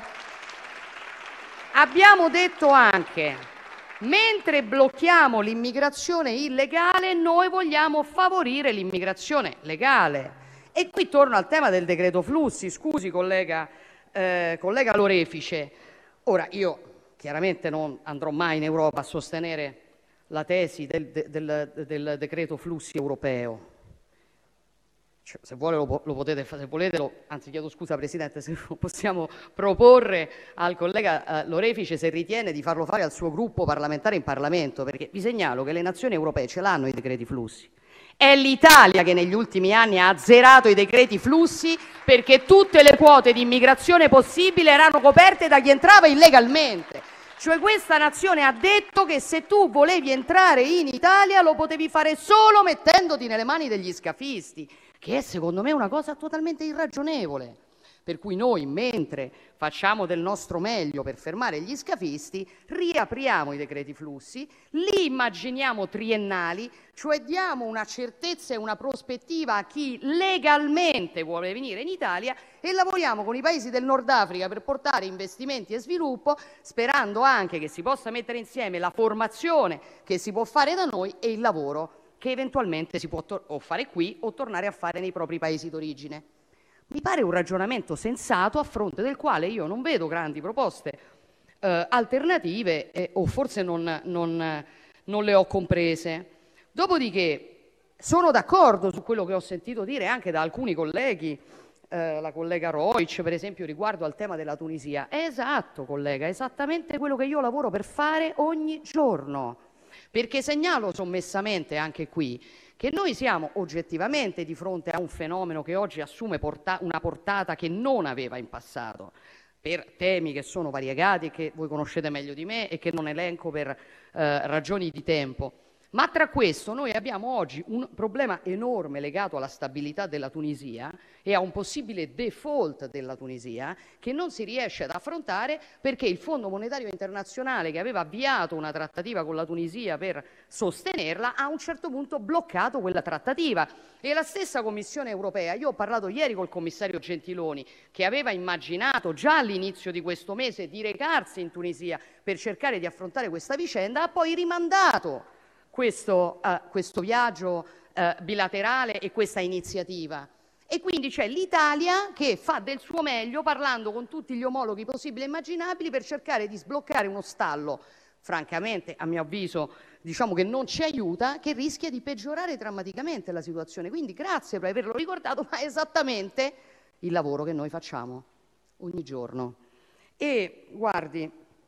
abbiamo detto anche: mentre blocchiamo l'immigrazione illegale, noi vogliamo favorire l'immigrazione legale. E qui torno al tema del decreto flussi. Scusi, collega Lorefice. Ora, io chiaramente non andrò mai in Europa a sostenere la tesi del decreto flussi europeo. Cioè, se vuole lo potete fare, se volete, anzi chiedo scusa Presidente, se possiamo proporre al collega Lorefice se ritiene di farlo fare al suo gruppo parlamentare in Parlamento, perché vi segnalo che le nazioni europee ce l'hanno i decreti flussi. È l'Italia che negli ultimi anni ha azzerato i decreti flussi perché tutte le quote di immigrazione possibili erano coperte da chi entrava illegalmente. Cioè questa nazione ha detto che se tu volevi entrare in Italia lo potevi fare solo mettendoti nelle mani degli scafisti, che è secondo me una cosa totalmente irragionevole. Per cui noi, mentre facciamo del nostro meglio per fermare gli scafisti, riapriamo i decreti flussi, li immaginiamo triennali, cioè diamo una certezza e una prospettiva a chi legalmente vuole venire in Italia, e lavoriamo con i paesi del Nord Africa per portare investimenti e sviluppo, sperando anche che si possa mettere insieme la formazione che si può fare da noi e il lavoro che eventualmente si può o fare qui o tornare a fare nei propri paesi d'origine. Mi pare un ragionamento sensato, a fronte del quale io non vedo grandi proposte alternative, o forse non le ho comprese. Dopodiché sono d'accordo su quello che ho sentito dire anche da alcuni colleghi, la collega Rojc per esempio, riguardo al tema della Tunisia. È esatto, collega, è esattamente quello che io lavoro per fare ogni giorno, perché segnalo sommessamente anche qui che noi siamo oggettivamente di fronte a un fenomeno che oggi assume una portata che non aveva in passato, per temi che sono variegati, che voi conoscete meglio di me e che non elenco per ragioni di tempo. Ma tra questo noi abbiamo oggi un problema enorme legato alla stabilità della Tunisia e a un possibile default della Tunisia che non si riesce ad affrontare perché il Fondo Monetario Internazionale, che aveva avviato una trattativa con la Tunisia per sostenerla, a un certo punto bloccato quella trattativa. E la stessa Commissione europea, io ho parlato ieri col commissario Gentiloni, che aveva immaginato già all'inizio di questo mese di recarsi in Tunisia per cercare di affrontare questa vicenda, ha poi rimandato questo viaggio bilaterale e questa iniziativa. E quindi c'è l'Italia che fa del suo meglio, parlando con tutti gli omologhi possibili e immaginabili, per cercare di sbloccare uno stallo, francamente, a mio avviso, diciamo che non ci aiuta, che rischia di peggiorare drammaticamente la situazione. Quindi grazie per averlo ricordato, ma è esattamente il lavoro che noi facciamo ogni giorno. E guardi,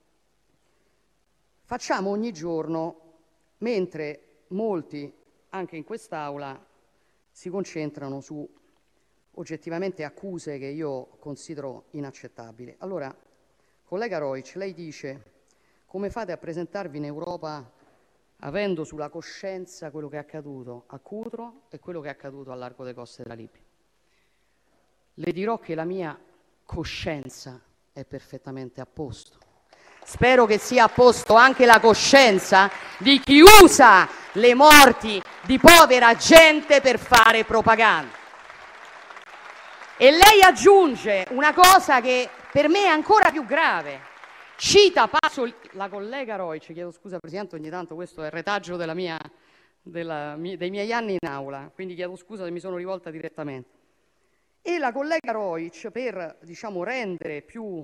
facciamo ogni giorno, mentre molti, anche in quest'Aula, si concentrano su oggettivamente accuse che io considero inaccettabili. Allora, collega Rojc, lei dice: come fate a presentarvi in Europa avendo sulla coscienza quello che è accaduto a Cutro e quello che è accaduto al largo delle coste della Libia? Le dirò che la mia coscienza è perfettamente a posto. Spero che sia a posto anche la coscienza di chi usa le morti di povera gente per fare propaganda. E lei aggiunge una cosa che per me è ancora più grave. Cita Pasolini, la collega Rojc, chiedo scusa Presidente, ogni tanto questo è il retaggio dei miei anni in aula, quindi chiedo scusa se mi sono rivolta direttamente. E la collega Rojc, per rendere più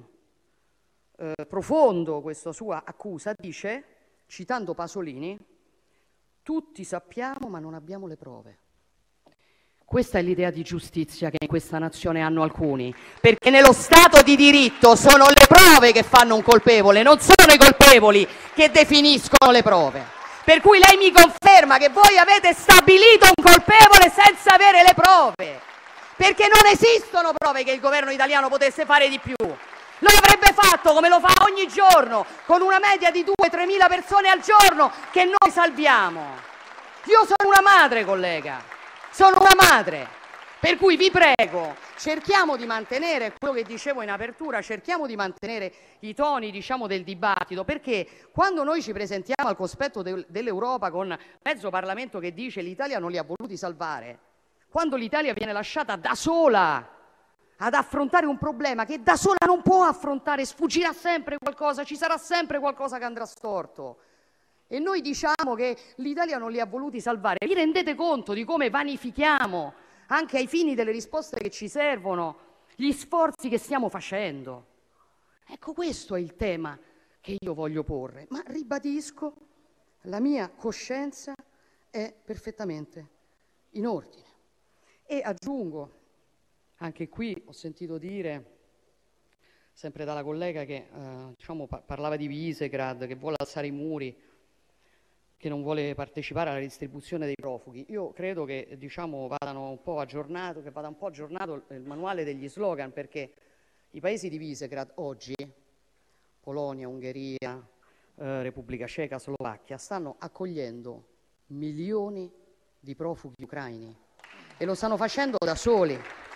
profondo questa sua accusa, dice, citando Pasolini: tutti sappiamo ma non abbiamo le prove. Questa è l'idea di giustizia che in questa nazione hanno alcuni, perché nello Stato di diritto sono le prove che fanno un colpevole, non sono i colpevoli che definiscono le prove. Per cui lei mi conferma che voi avete stabilito un colpevole senza avere le prove, perché non esistono prove che il governo italiano potesse fare di più. Lo avrebbe fatto come lo fa ogni giorno, con una media di 2-3 mila persone al giorno che noi salviamo. Io sono una madre, collega, sono una madre. Per cui vi prego, cerchiamo di mantenere quello che dicevo in apertura, cerchiamo di mantenere i toni, del dibattito, perché quando noi ci presentiamo al cospetto dell'Europa con mezzo Parlamento che dice l'Italia non li ha voluti salvare, quando l'Italia viene lasciata da sola ad affrontare un problema che da sola non può affrontare, sfuggirà sempre qualcosa, ci sarà sempre qualcosa che andrà storto. E noi diciamo che l'Italia non li ha voluti salvare. Vi rendete conto di come vanifichiamo, anche ai fini delle risposte che ci servono, gli sforzi che stiamo facendo? Ecco, questo è il tema che io voglio porre. Ma ribadisco, la mia coscienza è perfettamente in ordine. E aggiungo, anche qui ho sentito dire, sempre dalla collega che parlava di Visegrad, che vuole alzare i muri, che non vuole partecipare alla distribuzione dei profughi. Io credo che vada un po' aggiornato il manuale degli slogan, perché i paesi di Visegrad oggi, Polonia, Ungheria, Repubblica Ceca, Slovacchia, stanno accogliendo milioni di profughi ucraini e lo stanno facendo da soli.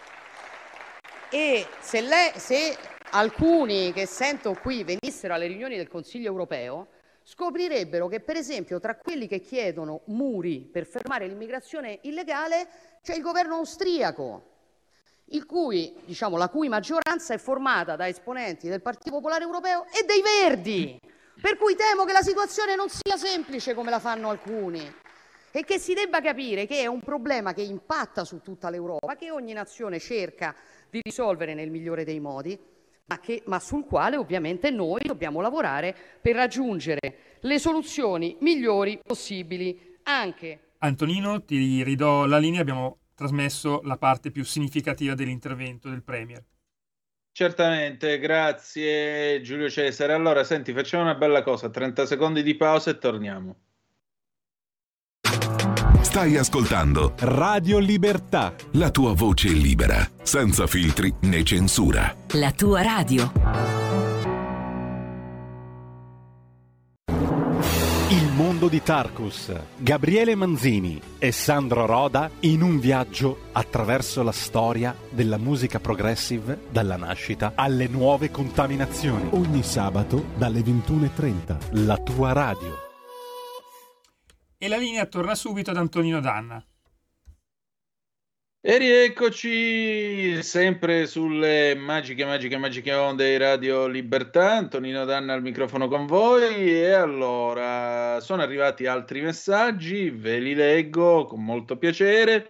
E se alcuni che sento qui venissero alle riunioni del Consiglio europeo, scoprirebbero che, per esempio, tra quelli che chiedono muri per fermare l'immigrazione illegale c'è il governo austriaco, la cui maggioranza è formata da esponenti del Partito Popolare Europeo e dei Verdi. Per cui temo che la situazione non sia semplice come la fanno alcuni e che si debba capire che è un problema che impatta su tutta l'Europa, che ogni nazione cerca di risolvere nel migliore dei modi, ma sul quale ovviamente noi dobbiamo lavorare per raggiungere le soluzioni migliori possibili anche. Antonino, ti ridò la linea, abbiamo trasmesso la parte più significativa dell'intervento del Premier. Certamente, grazie Giulio Cesare. Allora, senti, facciamo una bella cosa, 30 secondi di pausa e torniamo. Stai ascoltando Radio Libertà, la tua voce libera, senza filtri né censura. La tua radio. il mondo di Tarkus, Gabriele Manzini e Sandro Roda in un viaggio attraverso la storia della musica progressive dalla nascita alle nuove contaminazioni. Ogni sabato dalle 21:30, la tua radio. E la linea torna subito ad Antonino Danna. E rieccoci sempre sulle magiche onde di Radio Libertà. Antonino Danna al microfono con voi. E allora sono arrivati altri messaggi, ve li leggo con molto piacere.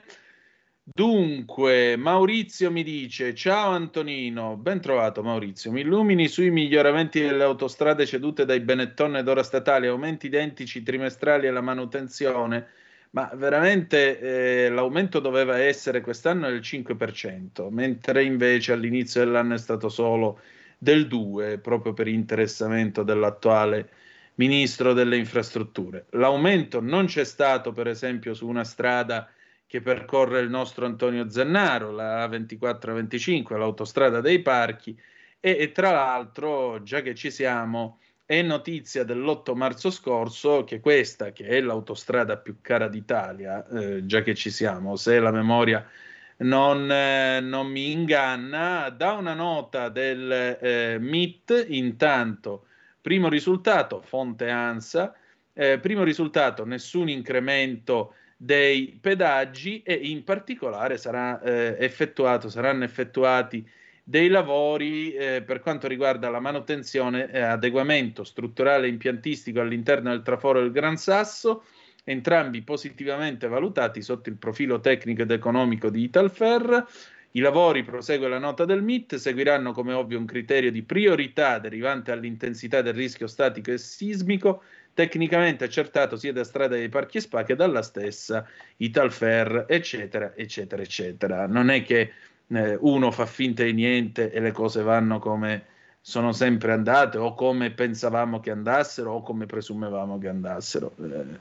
Dunque, Maurizio mi dice: ciao Antonino, ben trovato Maurizio, mi illumini sui miglioramenti delle autostrade cedute dai Benetton ed ora statali, aumenti identici trimestrali alla manutenzione. Ma veramente l'aumento doveva essere quest'anno del 5%, mentre invece all'inizio dell'anno è stato solo del 2%, proprio per interessamento dell'attuale ministro delle infrastrutture. L'aumento non c'è stato, per esempio, su una strada che percorre il nostro Antonio Zennaro, la A24-A25, l'autostrada dei Parchi, e tra l'altro, già che ci siamo, è notizia dell'8 marzo scorso che questa, che è l'autostrada più cara d'Italia, già che ci siamo, se la memoria non mi inganna, da una nota del MIT, intanto, primo risultato, fonte ANSA, primo risultato, nessun incremento dei pedaggi e in particolare saranno effettuati dei lavori per quanto riguarda la manutenzione e adeguamento strutturale e impiantistico all'interno del traforo del Gran Sasso, entrambi positivamente valutati sotto il profilo tecnico ed economico di Italferr. I lavori, prosegue la nota del MIT, seguiranno come ovvio un criterio di priorità derivante dall'intensità del rischio statico e sismico, tecnicamente accertato sia da Strada dei Parchi e Spa che dalla stessa Italferr, eccetera, eccetera, eccetera. Non è che uno fa finta di niente e le cose vanno come sono sempre andate o come pensavamo che andassero o come presumevamo che andassero.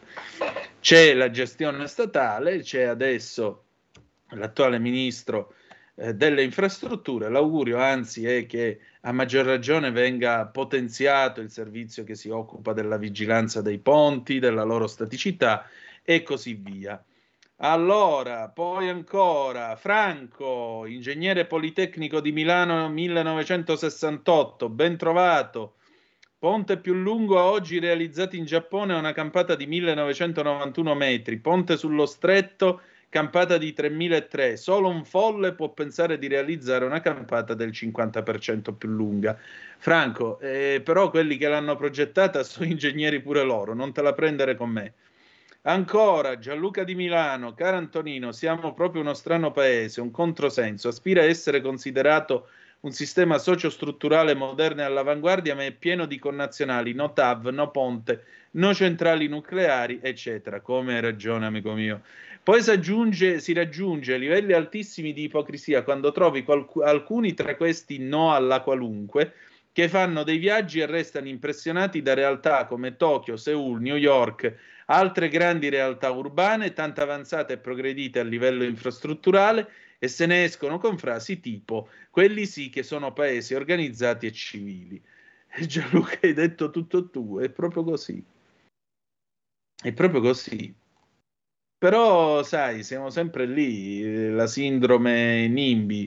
C'è la gestione statale, c'è adesso l'attuale ministro delle infrastrutture. L'augurio anzi è che a maggior ragione venga potenziato il servizio che si occupa della vigilanza dei ponti, della loro staticità e così via. Allora, poi ancora, Franco, ingegnere politecnico di Milano 1968, ben trovato. Ponte più lungo a oggi realizzato in Giappone, una campata di 1991 metri, ponte sullo stretto, campata di 3003. Solo un folle può pensare di realizzare una campata del 50% più lunga. Franco, però quelli che l'hanno progettata sono ingegneri pure loro, non te la prendere con me. Ancora Gianluca di Milano, caro Antonino, siamo proprio uno strano paese, un controsenso, aspira a essere considerato un sistema sociostrutturale moderno e all'avanguardia, ma è pieno di connazionali, no TAV, no ponte, no centrali nucleari, eccetera. Come hai ragione, amico mio. Poi si raggiunge livelli altissimi di ipocrisia quando trovi alcuni tra questi no alla qualunque, che fanno dei viaggi e restano impressionati da realtà come Tokyo, Seoul, New York, altre grandi realtà urbane, tanto avanzate e progredite a livello infrastrutturale, e se ne escono con frasi tipo: quelli sì che sono paesi organizzati e civili. E Gianluca, hai detto tutto tu, è proprio così. È proprio così. Però, sai, siamo sempre lì, la sindrome NIMBY.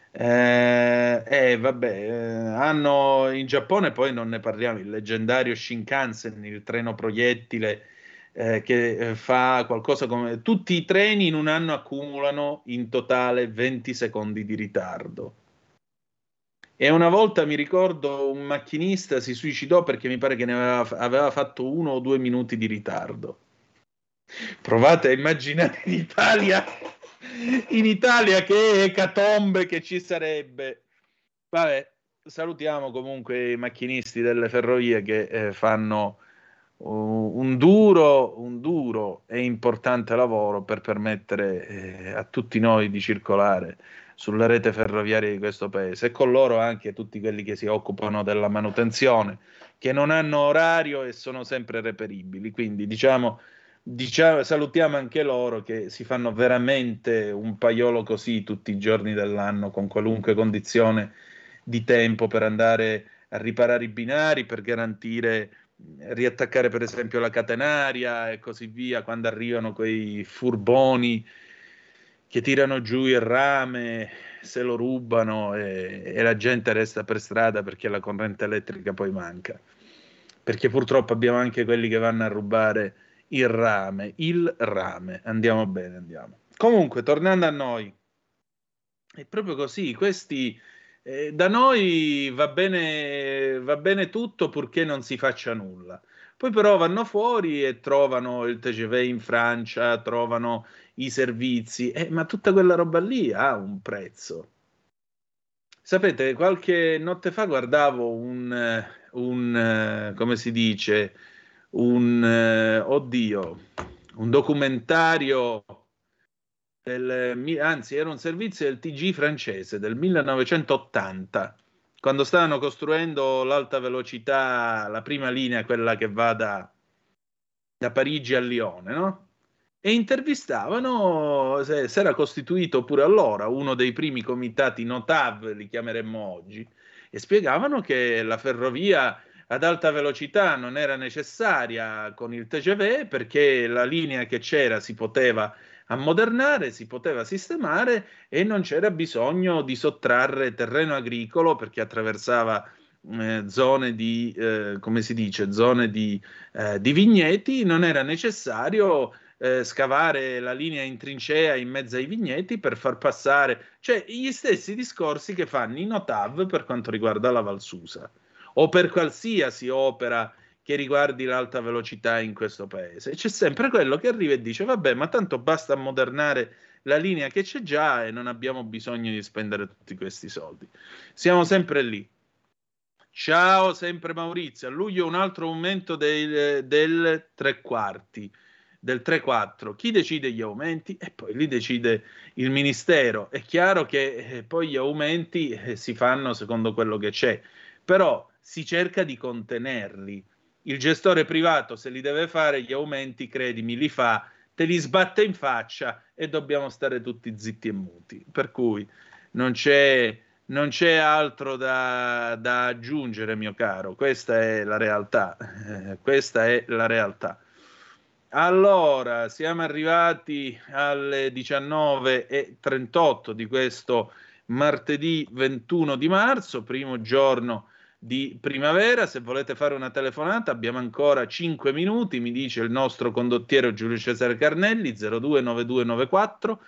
Hanno in Giappone, poi non ne parliamo, il leggendario Shinkansen, il treno proiettile che fa qualcosa come tutti i treni in un anno accumulano in totale 20 secondi di ritardo. E una volta mi ricordo un macchinista si suicidò perché mi pare che ne aveva fatto 1 o 2 minuti di ritardo. Provate a immaginare l'Italia In Italia che ecatombe che ci sarebbe. Vabbè, salutiamo comunque i macchinisti delle ferrovie che fanno un duro e importante lavoro per permettere a tutti noi di circolare sulla rete ferroviaria di questo paese, e con loro anche tutti quelli che si occupano della manutenzione, che non hanno orario e sono sempre reperibili. Quindi diciamo, salutiamo anche loro che si fanno veramente un paiolo così tutti i giorni dell'anno, con qualunque condizione di tempo, per andare a riparare i binari, per garantire, riattaccare per esempio la catenaria e così via, quando arrivano quei furboni che tirano giù il rame, se lo rubano e la gente resta per strada perché la corrente elettrica poi manca. Perché purtroppo abbiamo anche quelli che vanno a rubare il rame. Andiamo bene, andiamo. Comunque, tornando a noi, è proprio così, questi da noi va bene tutto purché non si faccia nulla. Poi però vanno fuori e trovano il TGV in Francia, trovano i servizi, ma tutta quella roba lì ha un prezzo. Sapete, qualche notte fa guardavo come si dice, un documentario anzi era un servizio del TG francese del 1980, quando stavano costruendo l'alta velocità, la prima linea, quella che va da Parigi a Lione, no? E intervistavano, si era costituito pure allora uno dei primi comitati NOTAV, li chiameremmo oggi, e spiegavano che la ferrovia ad alta velocità non era necessaria con il TGV perché la linea che c'era si poteva ammodernare, si poteva sistemare e non c'era bisogno di sottrarre terreno agricolo perché attraversava zone di, come si dice, zone di vigneti, non era necessario scavare la linea in trincea in mezzo ai vigneti per far passare, cioè gli stessi discorsi che fanno i NOTAV per quanto riguarda la Valsusa o per qualsiasi opera che riguardi l'alta velocità in questo paese. E c'è sempre quello che arriva e dice vabbè, ma tanto basta ammodernare la linea che c'è già e non abbiamo bisogno di spendere tutti questi soldi. Siamo sempre lì. Ciao, sempre Maurizio. A luglio un altro aumento del 3/4, del 3/4. Chi decide gli aumenti? E poi li decide il Ministero. È chiaro che poi gli aumenti si fanno secondo quello che c'è, però si cerca di contenerli. Il gestore privato, se li deve fare, gli aumenti, credimi, li fa, te li sbatte in faccia e dobbiamo stare tutti zitti e muti. Per cui non c'è altro da aggiungere, mio caro. Questa è la realtà. Questa è la realtà. Allora, siamo arrivati alle 19:38 di questo martedì 21 di marzo, primo giorno di primavera. Se volete fare una telefonata abbiamo ancora 5 minuti, mi dice il nostro condottiero Giulio Cesare Carnelli, 029294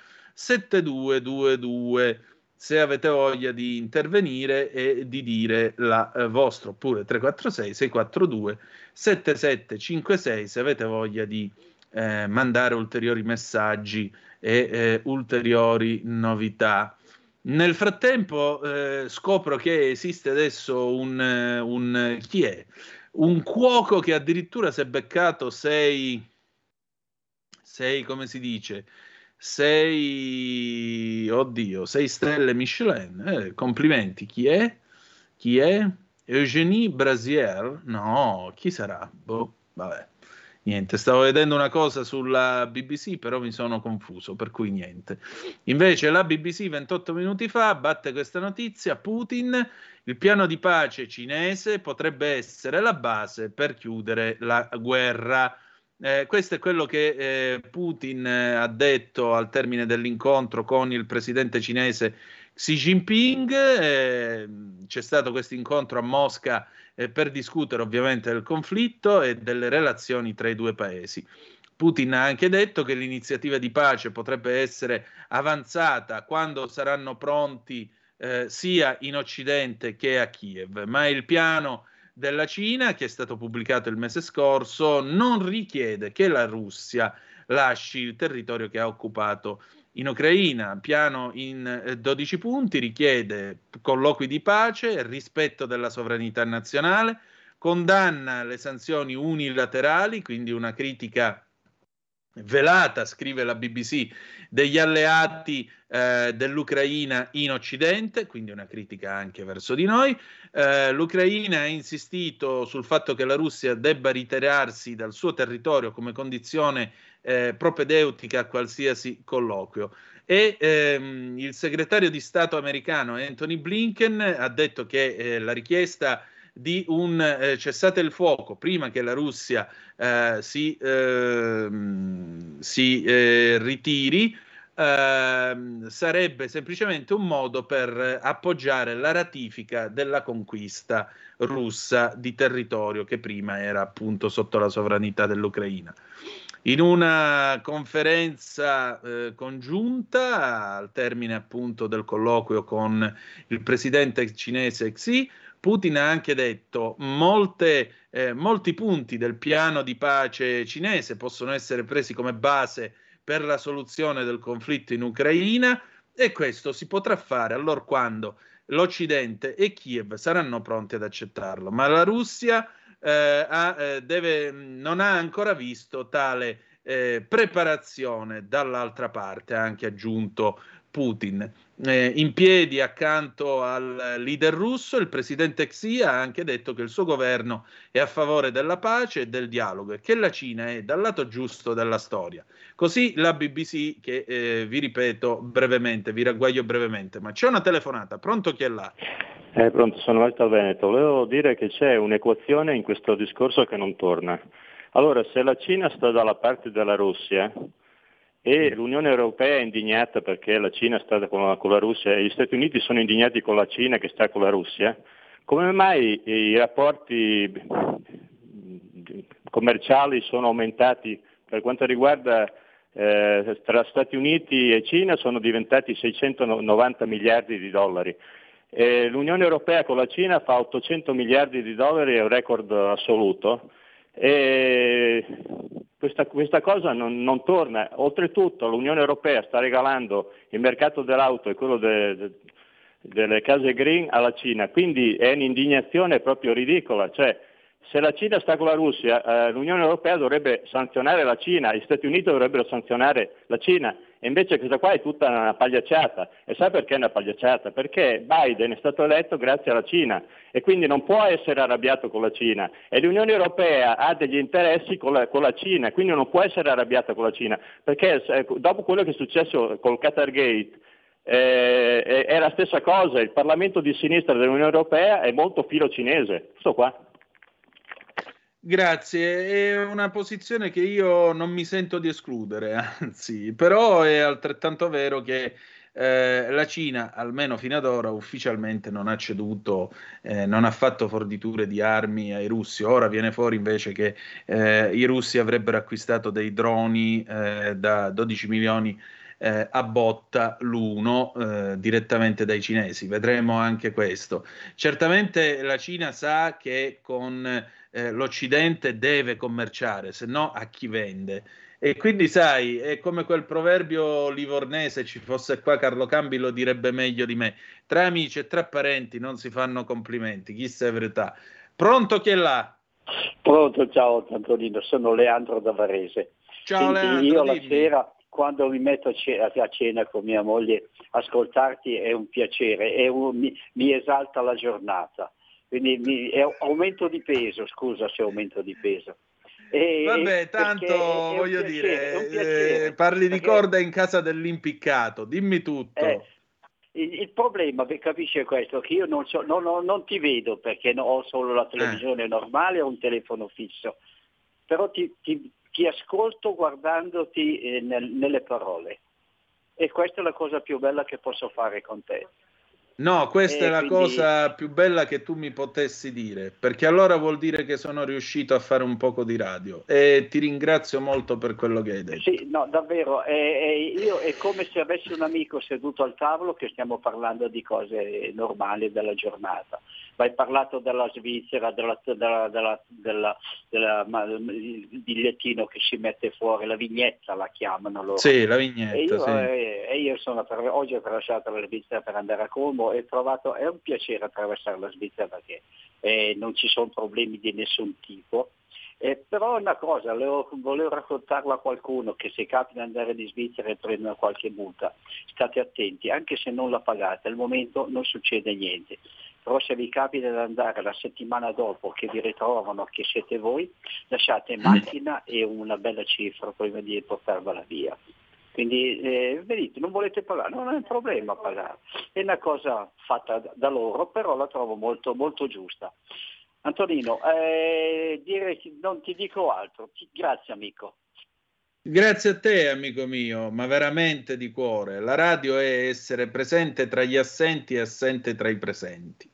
7222, se avete voglia di intervenire e di dire la vostra, oppure 346 642 7756 se avete voglia di mandare ulteriori messaggi e ulteriori novità. Nel frattempo scopro che esiste adesso un chi è? Un cuoco che addirittura si è beccato sei come si dice? 6 stelle Michelin. Complimenti. Chi è? Eugénie Brasier? No, chi sarà? Boh, vabbè. Niente, stavo vedendo una cosa sulla BBC, però mi sono confuso, per cui niente. Invece la BBC 28 minuti fa batte questa notizia: Putin, il piano di pace cinese potrebbe essere la base per chiudere la guerra. Questo è quello che Putin ha detto al termine dell'incontro con il presidente cinese Xi Jinping. C'è stato questo incontro a Mosca per discutere ovviamente del conflitto e delle relazioni tra i due paesi. Putin ha anche detto che l'iniziativa di pace potrebbe essere avanzata quando saranno pronti sia in Occidente che a Kiev, ma il piano della Cina, che è stato pubblicato il mese scorso, non richiede che la Russia lasci il territorio che ha occupato in Ucraina, piano in 12 punti, richiede colloqui di pace, rispetto della sovranità nazionale, condanna le sanzioni unilaterali, quindi una critica velata, scrive la BBC, degli alleati dell'Ucraina in Occidente, quindi una critica anche verso di noi. L'Ucraina ha insistito sul fatto che la Russia debba ritirarsi dal suo territorio come condizione propedeutica a qualsiasi colloquio. E il segretario di Stato americano Anthony Blinken ha detto che la richiesta di un cessate il fuoco prima che la Russia si ritiri sarebbe semplicemente un modo per appoggiare la ratifica della conquista russa di territorio che prima era appunto sotto la sovranità dell'Ucraina. In una conferenza congiunta al termine appunto del colloquio con il presidente cinese Xi, Putin ha anche detto molti punti del piano di pace cinese possono essere presi come base per la soluzione del conflitto in Ucraina, e questo si potrà fare allorquando l'Occidente e Kiev saranno pronti ad accettarlo. Ma la Russia non ha ancora visto tale preparazione dall'altra parte, ha anche aggiunto Putin. In piedi accanto al leader russo, il presidente Xi ha anche detto che il suo governo è a favore della pace e del dialogo e che la Cina è dal lato giusto della storia. Così la BBC, che vi ripeto brevemente, vi ragguaglio brevemente, ma c'è una telefonata. Pronto, chi è là? Pronto, sono Alto Veneto. Volevo dire che c'è un'equazione in questo discorso che non torna. Allora, se la Cina sta dalla parte della Russia e l'Unione Europea è indignata perché la Cina sta con la Russia e gli Stati Uniti sono indignati con la Cina che sta con la Russia, come mai i rapporti commerciali sono aumentati? Per quanto riguarda tra Stati Uniti e Cina sono diventati 690 miliardi di dollari. L'Unione Europea con la Cina fa 800 miliardi di dollari, è un record assoluto. E questa cosa non torna. Oltretutto l'Unione Europea sta regalando il mercato dell'auto e quello delle case green alla Cina, quindi è un'indignazione proprio ridicola. Cioè, se la Cina sta con la Russia, l'Unione Europea dovrebbe sanzionare la Cina, gli Stati Uniti dovrebbero sanzionare la Cina, e invece questa qua è tutta una pagliacciata. E sai perché è una pagliacciata? Perché Biden è stato eletto grazie alla Cina e quindi non può essere arrabbiato con la Cina, e l'Unione Europea ha degli interessi con la Cina, quindi non può essere arrabbiata con la Cina, perché dopo quello che è successo col Qatar Gate è la stessa cosa. Il Parlamento di sinistra dell'Unione Europea è molto filo cinese. Questo qua. Grazie, è una posizione che io non mi sento di escludere, anzi, però è altrettanto vero che la Cina, almeno fino ad ora, ufficialmente non ha ceduto, non ha fatto forniture di armi ai russi. Ora viene fuori invece che i russi avrebbero acquistato dei droni da 12 milioni a botta l'uno direttamente dai cinesi. Vedremo anche questo. Certamente la Cina sa che con l'Occidente deve commerciare, se no a chi vende? E quindi sai, è come quel proverbio livornese, ci fosse qua Carlo Cambi lo direbbe meglio di me: tra amici e tra parenti non si fanno complimenti, chissà è verità. Pronto, chi è là? Pronto, ciao Antonino, sono Leandro da Varese. Ciao. Senti, Leandro, io la sera, quando mi metto a cena con mia moglie, ascoltarti è un piacere, mi esalta la giornata. Quindi aumento di peso, scusa se aumento di peso. Vabbè, tanto voglio dire, parli di corda in casa dell'impiccato, dimmi tutto. Il problema, capisci, è questo, che io non ti vedo perché ho solo la televisione normale o un telefono fisso, però ti ascolto guardandoti nelle parole, e questa è la cosa più bella che posso fare con te. No, questa è la cosa più bella che tu mi potessi dire, perché allora vuol dire che sono riuscito a fare un poco di radio, e ti ringrazio molto per quello che hai detto. Sì, no, davvero, io è come se avessi un amico seduto al tavolo che stiamo parlando di cose normali della giornata. Ma hai parlato della Svizzera, il bigliettino che si mette fuori, la vignetta la chiamano loro. Sì, la vignetta, Io oggi ho attraversato la Svizzera per andare a Como e è un piacere attraversare la Svizzera perché non ci sono problemi di nessun tipo. Però una cosa, volevo raccontarla a qualcuno che se capita di andare in Svizzera e prendono qualche multa, state attenti, anche se non la pagate, al momento non succede niente. Però se vi capita di andare la settimana dopo che vi ritrovano che siete voi, lasciate macchina e una bella cifra prima di portarvela via. Quindi vedete, non volete pagare, non è un problema pagare, è una cosa fatta da loro, però la trovo molto, molto giusta. Antonino, non ti dico altro, grazie amico. Grazie a te amico mio, ma veramente di cuore. La radio è essere presente tra gli assenti e assente tra i presenti.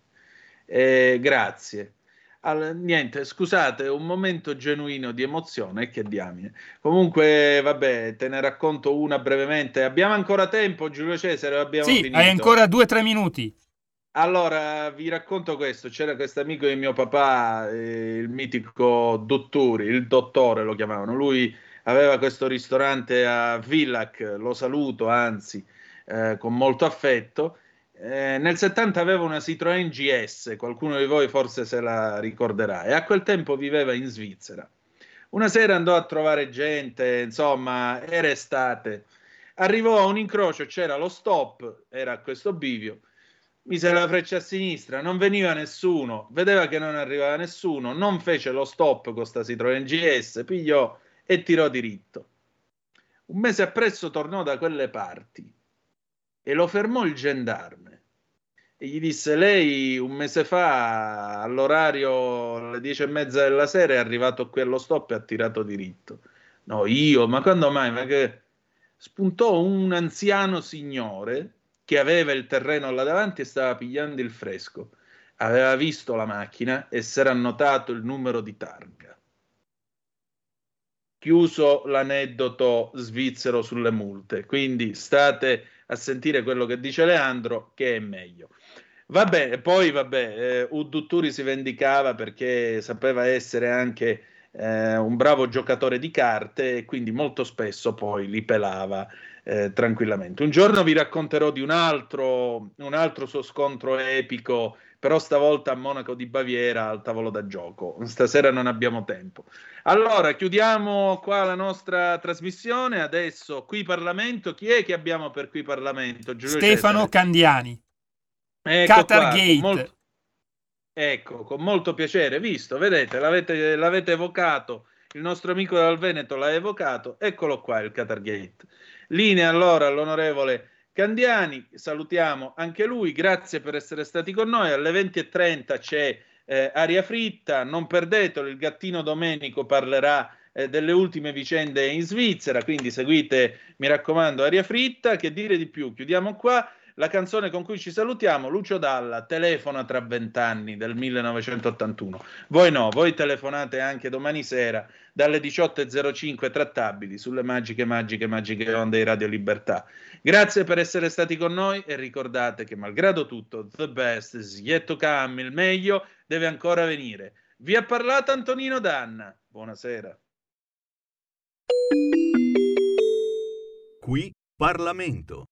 Grazie. Niente, scusate, un momento genuino di emozione, che diamine. Comunque, vabbè, te ne racconto una brevemente. Abbiamo ancora tempo, Giulio Cesare? Abbiamo finito? Hai ancora 2-3 minuti. Allora, vi racconto questo. C'era questo amico di mio papà, il mitico Dotturi, il dottore lo chiamavano. Lui aveva questo ristorante a Villac, lo saluto, anzi, con molto affetto. Nel 70 aveva una Citroën GS, qualcuno di voi forse se la ricorderà, e a quel tempo viveva in Svizzera. Una sera andò a trovare gente, insomma, era estate. Arrivò a un incrocio, c'era lo stop, era a questo bivio. Mise la freccia a sinistra, non veniva nessuno, vedeva che non arrivava nessuno, non fece lo stop con sta Citroën GS, pigliò e tirò diritto. Un mese appresso tornò da quelle parti e lo fermò il gendarme e gli disse: lei un mese fa all'orario alle 10:30 della sera è arrivato qui allo stop e ha tirato diritto. No, io? Ma quando mai? Ma che... Spuntò un anziano signore che aveva il terreno là davanti e stava pigliando il fresco. Aveva visto la macchina e si era annotato il numero di targa. Chiuso l'aneddoto svizzero sulle multe, quindi state a sentire quello che dice Leandro, che è meglio. Vabbè, poi Udutturi si vendicava perché sapeva essere anche un bravo giocatore di carte e quindi molto spesso poi li pelava tranquillamente. Un giorno vi racconterò di un altro suo scontro epico, però stavolta a Monaco di Baviera al tavolo da gioco. Stasera non abbiamo tempo. Allora, chiudiamo qua la nostra trasmissione. Adesso Qui Parlamento. Chi è che abbiamo per Qui Parlamento? Giulio Stefano Cesare. Candiani. Ecco Qatargate. Ecco, con molto piacere. Visto, vedete, l'avete evocato. Il nostro amico dal Veneto l'ha evocato. Eccolo qua, il Qatargate. Linea allora all'onorevole Candiani, salutiamo anche lui, grazie per essere stati con noi. Alle 20:30 c'è Aria Fritta, non perdetelo, il gattino Domenico parlerà delle ultime vicende in Svizzera, quindi seguite, mi raccomando, Aria Fritta. Che dire di più? Chiudiamo qua. La canzone con cui ci salutiamo, Lucio Dalla, Telefona tra 20 anni, del 1981. Voi no, voi telefonate anche domani sera dalle 18:05 trattabili sulle magiche onde di Radio Libertà. Grazie per essere stati con noi e ricordate che malgrado tutto, the best is yet to come, il meglio deve ancora venire. Vi ha parlato Antonino Danna. Buonasera. Qui Parlamento.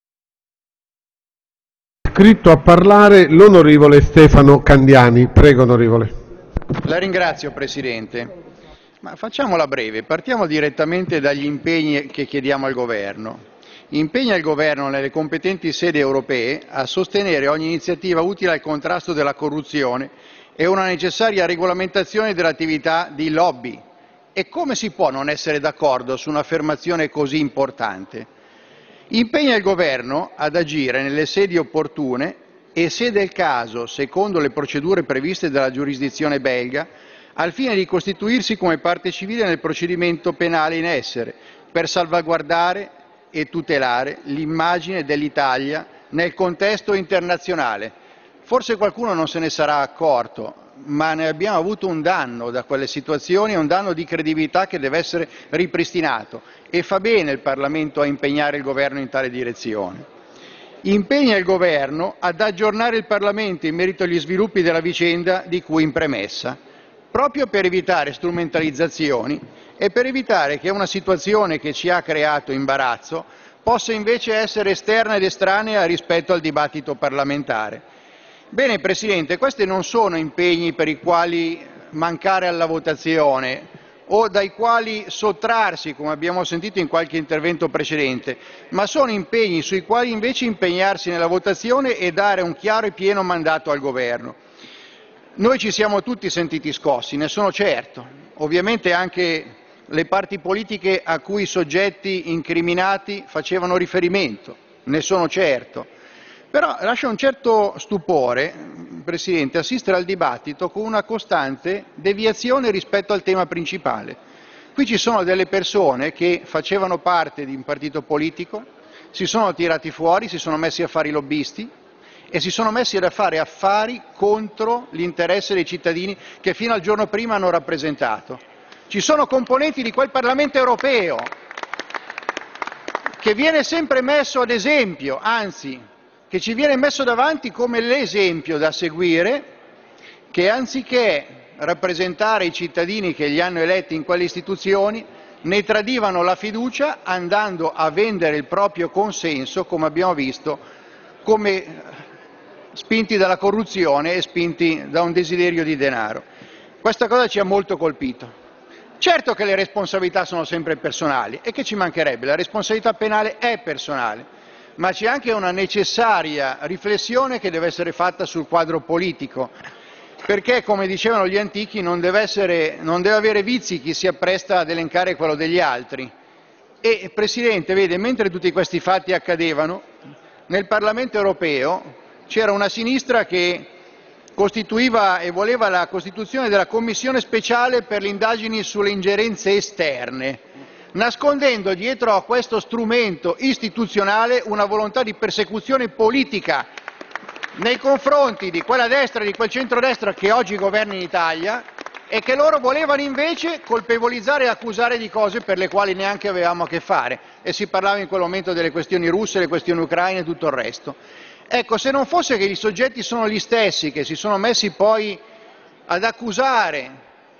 Iscritto a parlare l'onorevole Stefano Candiani. Prego, onorevole. La ringrazio, Presidente. Ma facciamola breve, partiamo direttamente dagli impegni che chiediamo al Governo. Impegna il Governo nelle competenti sedi europee a sostenere ogni iniziativa utile al contrasto della corruzione e una necessaria regolamentazione dell'attività di lobby. E come si può non essere d'accordo su un'affermazione così importante? Impegna il Governo ad agire nelle sedi opportune e, se del caso, secondo le procedure previste dalla giurisdizione belga, al fine di costituirsi come parte civile nel procedimento penale in essere, per salvaguardare e tutelare l'immagine dell'Italia nel contesto internazionale. Forse qualcuno non se ne sarà accorto, ma ne abbiamo avuto un danno da quelle situazioni, un danno di credibilità che deve essere ripristinato e fa bene il Parlamento a impegnare il Governo in tale direzione. impegna il Governo ad aggiornare il Parlamento in merito agli sviluppi della vicenda di cui in premessa, proprio per evitare strumentalizzazioni e per evitare che una situazione che ci ha creato imbarazzo possa invece essere esterna ed estranea rispetto al dibattito parlamentare. Bene, Presidente, questi non sono impegni per i quali mancare alla votazione o dai quali sottrarsi, come abbiamo sentito in qualche intervento precedente, ma sono impegni sui quali invece impegnarsi nella votazione e dare un chiaro e pieno mandato al Governo. Noi ci siamo tutti sentiti scossi, ne sono certo, ovviamente anche le parti politiche a cui i soggetti incriminati facevano riferimento, ne sono certo. Però lascia un certo stupore, Presidente, assistere al dibattito con una costante deviazione rispetto al tema principale. Qui ci sono delle persone che facevano parte di un partito politico, si sono tirati fuori, si sono messi a fare i lobbisti e si sono messi a fare affari contro l'interesse dei cittadini che fino al giorno prima hanno rappresentato. Ci sono componenti di quel Parlamento europeo che viene sempre messo ad esempio, anzi che ci viene messo davanti come l'esempio da seguire, che anziché rappresentare i cittadini che li hanno eletti in quelle istituzioni, ne tradivano la fiducia andando a vendere il proprio consenso, come abbiamo visto, come spinti dalla corruzione e spinti da un desiderio di denaro. Questa cosa ci ha molto colpito. Certo che le responsabilità sono sempre personali e che ci mancherebbe, la responsabilità penale è personale. Ma c'è anche una necessaria riflessione che deve essere fatta sul quadro politico, perché, come dicevano gli antichi, non deve avere vizi chi si appresta ad elencare quello degli altri. E, Presidente, vede, mentre tutti questi fatti accadevano, nel Parlamento europeo c'era una sinistra che costituiva e voleva la costituzione della Commissione speciale per le indagini sulle ingerenze esterne, nascondendo dietro a questo strumento istituzionale una volontà di persecuzione politica nei confronti di quella destra e di quel centrodestra che oggi governa in Italia e che loro volevano invece colpevolizzare e accusare di cose per le quali neanche avevamo a che fare, e si parlava in quel momento delle questioni russe, le questioni ucraine e tutto il resto. Ecco, se non fosse che i soggetti sono gli stessi che si sono messi poi ad accusare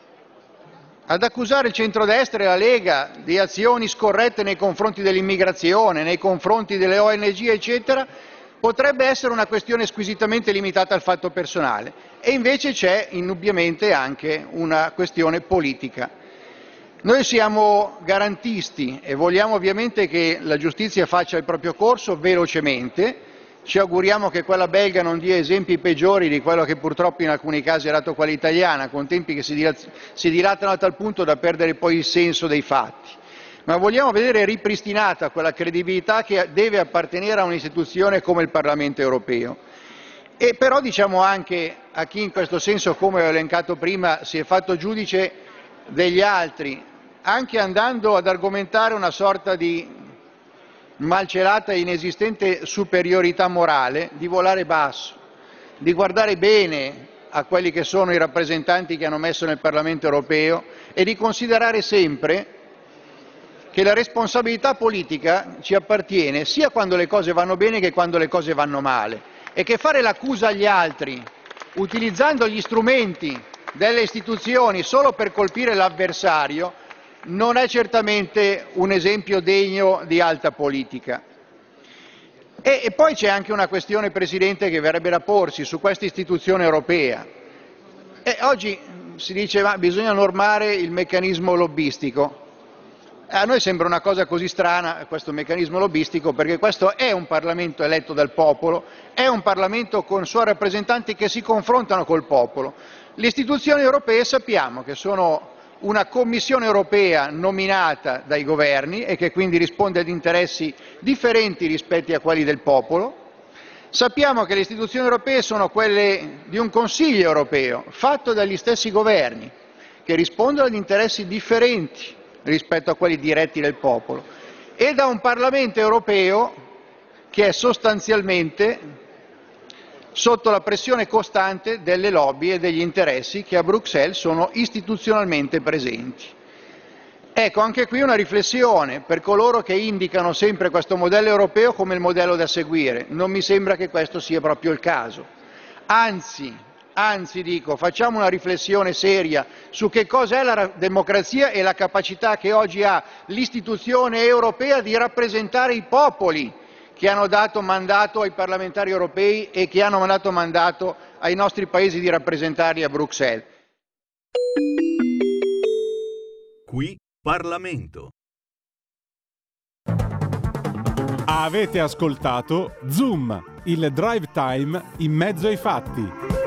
il centrodestra e la Lega di azioni scorrette nei confronti dell'immigrazione, nei confronti delle ONG, eccetera, potrebbe essere una questione squisitamente limitata al fatto personale. E invece c'è indubbiamente anche una questione politica. Noi siamo garantisti e vogliamo ovviamente che la giustizia faccia il proprio corso velocemente. Ci auguriamo che quella belga non dia esempi peggiori di quello che purtroppo in alcuni casi è dato quella italiana, con tempi che si dilatano a tal punto da perdere poi il senso dei fatti. Ma vogliamo vedere ripristinata quella credibilità che deve appartenere a un'istituzione come il Parlamento europeo. E però diciamo anche a chi in questo senso, come ho elencato prima, si è fatto giudice degli altri, anche andando ad argomentare una sorta di malcelata e inesistente superiorità morale, di volare basso, di guardare bene a quelli che sono i rappresentanti che hanno messo nel Parlamento europeo e di considerare sempre che la responsabilità politica ci appartiene sia quando le cose vanno bene che quando le cose vanno male, e che fare l'accusa agli altri utilizzando gli strumenti delle istituzioni solo per colpire l'avversario non è certamente un esempio degno di alta politica. E poi c'è anche una questione, Presidente, che verrebbe da porsi su questa istituzione europea. Oggi si dice che bisogna normare il meccanismo lobbistico. A noi sembra una cosa così strana questo meccanismo lobbistico, perché questo è un Parlamento eletto dal popolo, è un Parlamento con suoi rappresentanti che si confrontano col popolo. Le istituzioni europee sappiamo che sono una Commissione europea nominata dai governi e che quindi risponde ad interessi differenti rispetto a quelli del popolo. Sappiamo che le istituzioni europee sono quelle di un Consiglio europeo fatto dagli stessi governi che rispondono ad interessi differenti rispetto a quelli diretti del popolo, e da un Parlamento europeo che è sostanzialmente sotto la pressione costante delle lobby e degli interessi che a Bruxelles sono istituzionalmente presenti. Ecco, anche qui una riflessione per coloro che indicano sempre questo modello europeo come il modello da seguire. Non mi sembra che questo sia proprio il caso. Anzi dico, facciamo una riflessione seria su che cos'è la democrazia e la capacità che oggi ha l'istituzione europea di rappresentare i popoli che hanno dato mandato ai parlamentari europei e che hanno dato mandato ai nostri paesi di rappresentarli a Bruxelles. Qui Parlamento. Avete ascoltato Zoom, il drive time in mezzo ai fatti.